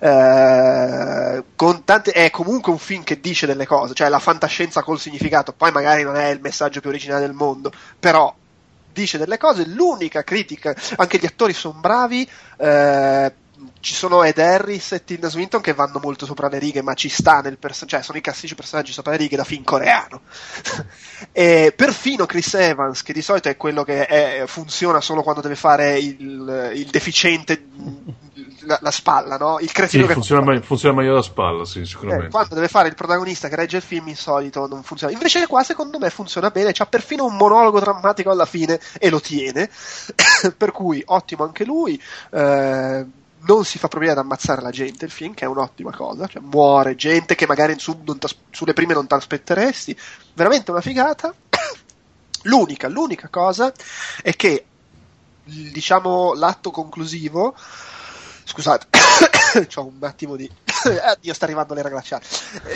Speaker 3: con tante, è comunque un film che dice delle cose, cioè la fantascienza col significato, poi magari non è il messaggio più originale del mondo, però dice delle cose. L'unica critica, anche gli attori sono bravi, ci sono Ed Harris e Tilda Swinton che vanno molto sopra le righe, ma ci sta cioè sono i classici personaggi sopra le righe da film coreano. E perfino Chris Evans, che di solito è quello che funziona solo quando deve fare il deficiente, la spalla, no? Il cretino,
Speaker 2: sì, funziona meglio la spalla, sì, sicuramente.
Speaker 3: Quando deve fare il protagonista che regge il film, in solito non funziona. Invece qua secondo me funziona bene, c'ha perfino un monologo drammatico alla fine e lo tiene. Per cui ottimo anche lui. Non si fa problemi ad ammazzare la gente il film, che è un'ottima cosa, cioè muore gente che magari sulle prime non ti aspetteresti, veramente una figata. L'unica cosa è che, diciamo, l'atto conclusivo, scusate, c'ho un attimo di Dio, sta arrivando l'era glaciale.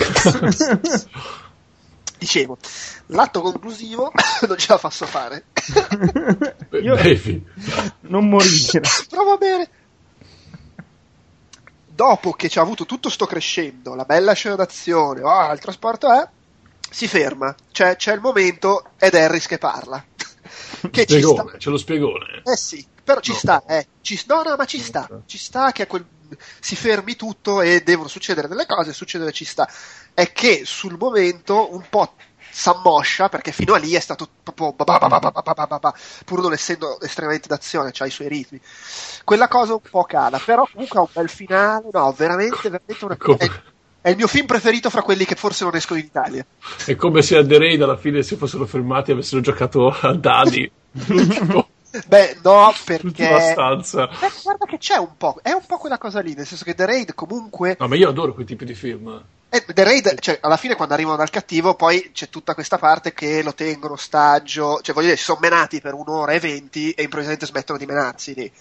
Speaker 3: Dicevo, l'atto conclusivo non ce la posso fare.
Speaker 1: Io non morire.
Speaker 3: Prova bene. Dopo che ci ha avuto tutto sto crescendo, la bella scena d'azione, il trasporto si ferma, c'è il momento Ed Harris che parla. Che
Speaker 2: spiegone, ce lo spiegone.
Speaker 3: Sì, però ci sta, ma ci sta che si fermi tutto e devono succedere delle cose, succedere ci sta. È che sul momento un po' s'ammoscia, perché fino a lì è stato proprio pur non essendo estremamente d'azione, c'ha i suoi ritmi. Quella cosa un po' cala, però comunque ha un bel finale, no, veramente è il mio film preferito fra quelli che forse non escono in Italia.
Speaker 2: È come se a The Raid alla fine si fossero fermati e avessero giocato a dadi.
Speaker 3: Beh, no, perché
Speaker 2: la stanza.
Speaker 3: Guarda che c'è un po', è un po' quella cosa lì, nel senso che The Raid comunque...
Speaker 2: No, ma io adoro quei tipi di film.
Speaker 3: The Raid, cioè, alla fine quando arrivano dal cattivo poi c'è tutta questa parte che lo tengono ostaggio, cioè voglio dire, si sono menati per 1 ora e 20 e improvvisamente smettono di menarsi lì.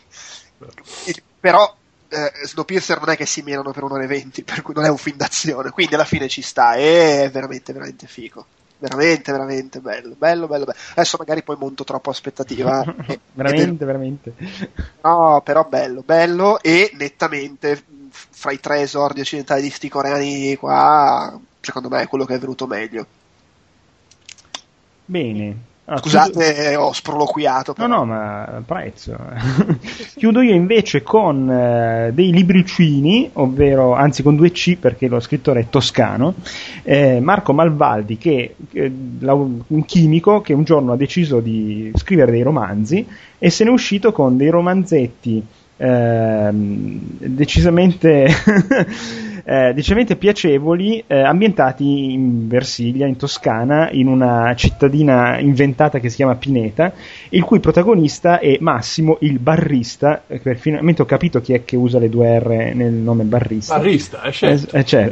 Speaker 3: Però Snowpiercer non è che si menano per 1 ora e 20, per cui non è un film d'azione, quindi alla fine ci sta, e è veramente veramente figo. Veramente bello. Adesso magari poi monto troppo aspettativa.
Speaker 1: veramente.
Speaker 3: No, però bello e nettamente fra i 3 esordi occidentali di sti coreani qua, secondo me è quello che è venuto meglio.
Speaker 1: Bene. Allora,
Speaker 3: scusate, ho sproloquiato. Però.
Speaker 1: No, ma apprezzo. Chiudo io invece con dei libricini, anzi con 2 C, perché lo scrittore è toscano, Marco Malvaldi, che un chimico che un giorno ha deciso di scrivere dei romanzi e se n'è uscito con dei romanzetti decisamente decisamente piacevoli, ambientati in Versilia, in Toscana, in una cittadina inventata che si chiama Pineta, il cui protagonista è Massimo, il barrista, perché finalmente ho capito chi è che usa le 2 R nel nome barrista.
Speaker 2: Barrista, certo.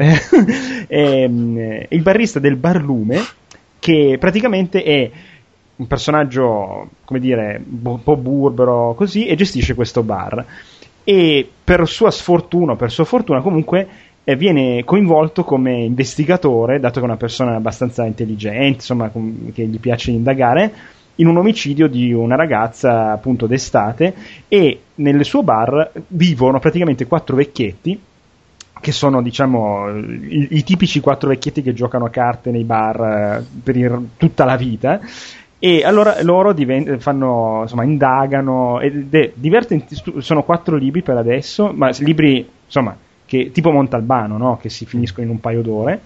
Speaker 1: Il barrista del Barlume, che praticamente è un personaggio, come dire, un po' burbero così, e gestisce questo bar. E per sua fortuna comunque viene coinvolto come investigatore, dato che è una persona abbastanza intelligente, insomma, che gli piace indagare, in un omicidio di una ragazza appunto d'estate, e nel suo bar vivono praticamente 4 vecchietti che sono, diciamo, i tipici 4 vecchietti che giocano a carte nei bar per tutta la vita. E allora loro fanno, insomma, indagano, ed è divertenti. Sono 4 libri per adesso, ma libri, insomma, che tipo Montalbano, no? Che si finiscono in un paio d'ore,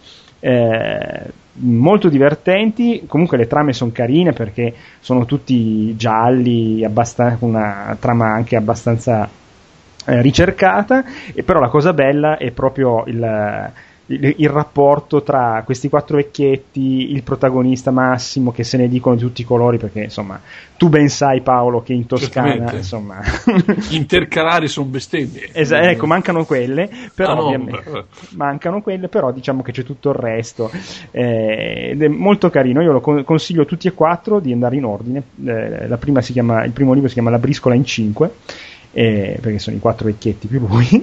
Speaker 1: molto divertenti. Comunque le trame sono carine perché sono tutti gialli, con una trama anche abbastanza ricercata, e però la cosa bella è proprio il rapporto tra questi 4 vecchietti, il protagonista Massimo, che se ne dicono di tutti i colori, perché insomma tu ben sai, Paolo, che in Toscana insomma
Speaker 2: intercalari sono bestemmie.
Speaker 1: Ecco, mancano quelle, però mancano quelle, però diciamo che c'è tutto il resto, ed è molto carino. Io lo consiglio tutti e 4 di andare in ordine. Il primo libro si chiama La briscola in 5, perché sono i 4 vecchietti più lui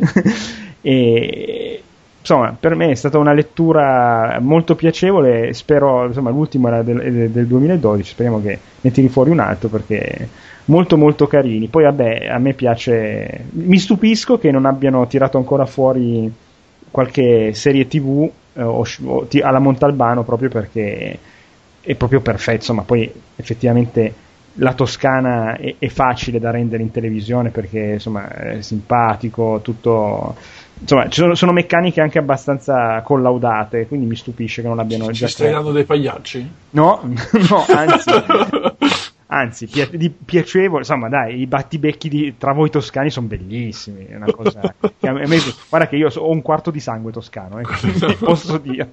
Speaker 1: e insomma, per me è stata una lettura molto piacevole. Spero, insomma, l'ultimo era del 2012, speriamo che ne tiri fuori un altro, perché molto molto carini. Poi vabbè, a me piace, mi stupisco che non abbiano tirato ancora fuori qualche serie TV alla Montalbano, proprio perché è proprio perfetto. Insomma, poi effettivamente la Toscana è facile da rendere in televisione, perché insomma è simpatico, tutto, insomma sono meccaniche anche abbastanza collaudate, quindi mi stupisce che non l'abbiano già.
Speaker 2: Ci stai dando dei pagliacci?
Speaker 1: No, anzi piacevole, insomma, dai, i battibecchi tra voi toscani sono bellissimi, è una cosa che a me, guarda che io ho un quarto di sangue toscano, posso dire,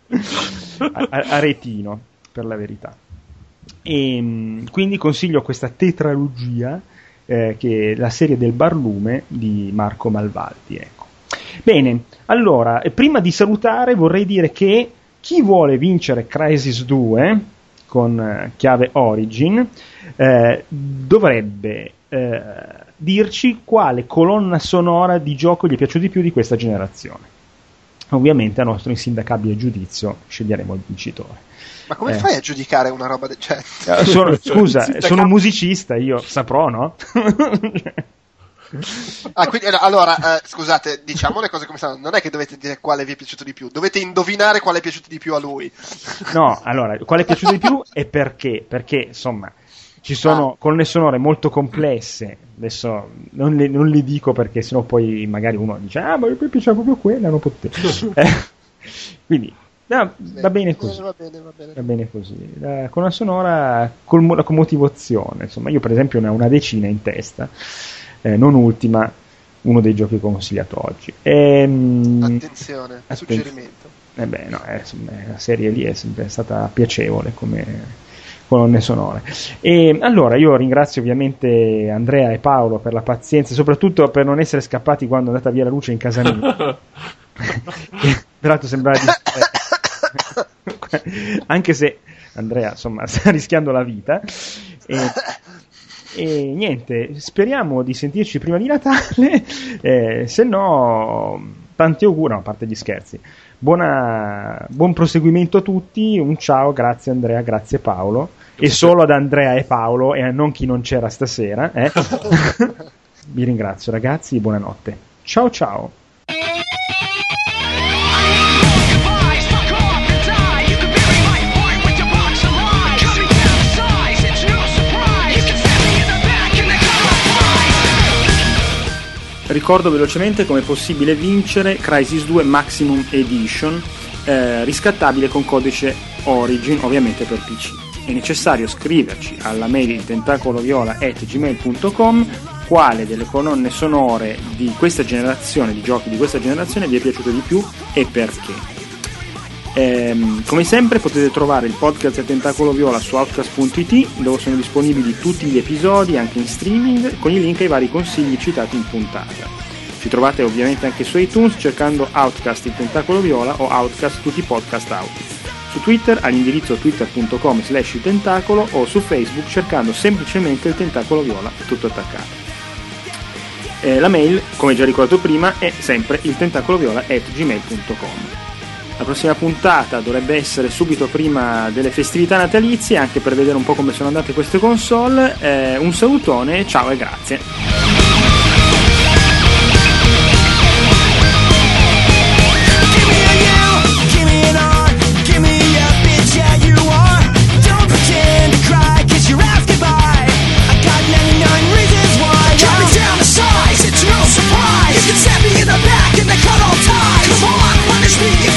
Speaker 1: a retino, per la verità. E quindi consiglio questa tetralogia, che è la serie del Barlume di Marco Malvaldi, ecco. Bene, allora, prima di salutare vorrei dire che chi vuole vincere Crysis 2 con chiave Origin dovrebbe dirci quale colonna sonora di gioco gli è piaciuta di più di questa generazione. Ovviamente a nostro insindacabile giudizio sceglieremo il vincitore.
Speaker 3: Ma come fai a giudicare una roba
Speaker 1: sono musicista, io saprò, no?
Speaker 3: Quindi, allora, scusate, diciamo le cose come stanno. Non è che dovete dire quale vi è piaciuto di più, dovete indovinare quale è piaciuto di più a lui.
Speaker 1: No, allora, quale è piaciuto di più e perché? Perché, insomma, ci sono colonne sonore molto complesse. Adesso non le dico, perché sennò poi magari uno dice: ah, ma mi piaceva proprio quella, non potevo. Quindi no, va bene così. Va bene così. La colonna sonora con motivazione. Insomma, io per esempio ne ho una decina in testa. Non ultima, uno dei giochi consigliato oggi.
Speaker 3: Attenzione, suggerimento.
Speaker 1: La serie lì è sempre stata piacevole come colonne sonore. E allora io ringrazio ovviamente Andrea e Paolo per la pazienza, soprattutto per non essere scappati quando è andata via la luce in casa mia. Peraltro sembrava anche se Andrea, insomma, sta rischiando la vita. E niente, speriamo di sentirci prima di Natale, se no tanti auguri, no, a parte gli scherzi, buon proseguimento a tutti, un ciao, grazie Andrea, grazie Paolo, e solo ad Andrea e Paolo e a non chi non c'era stasera, vi ringrazio ragazzi, buonanotte, ciao ciao. Ricordo velocemente come è possibile vincere Crysis 2 Maximum Edition, riscattabile con codice Origin, ovviamente per PC. È necessario scriverci alla mail tentacoloviola@gmail.com quale delle colonne sonore di questa generazione, di giochi di questa generazione, vi è piaciuto di più e perché. Come sempre potete trovare il podcast del Tentacolo Viola su Outcast.it, dove sono disponibili tutti gli episodi anche in streaming con i link ai vari consigli citati in puntata. Ci trovate ovviamente anche su iTunes cercando Outcast il Tentacolo Viola o Outcast tutti i podcast audio. Su Twitter all'indirizzo twitter.com/tentacolo o su Facebook cercando semplicemente il Tentacolo Viola tutto attaccato. La mail, come già ricordato prima, è sempre il tentacoloviola@gmail.com. La prossima puntata dovrebbe essere subito prima delle festività natalizie, anche per vedere un po' come sono andate queste console. Un salutone, ciao e grazie. It's no surprise. You can stab me in the back and then cut all ties. Come on, punish me.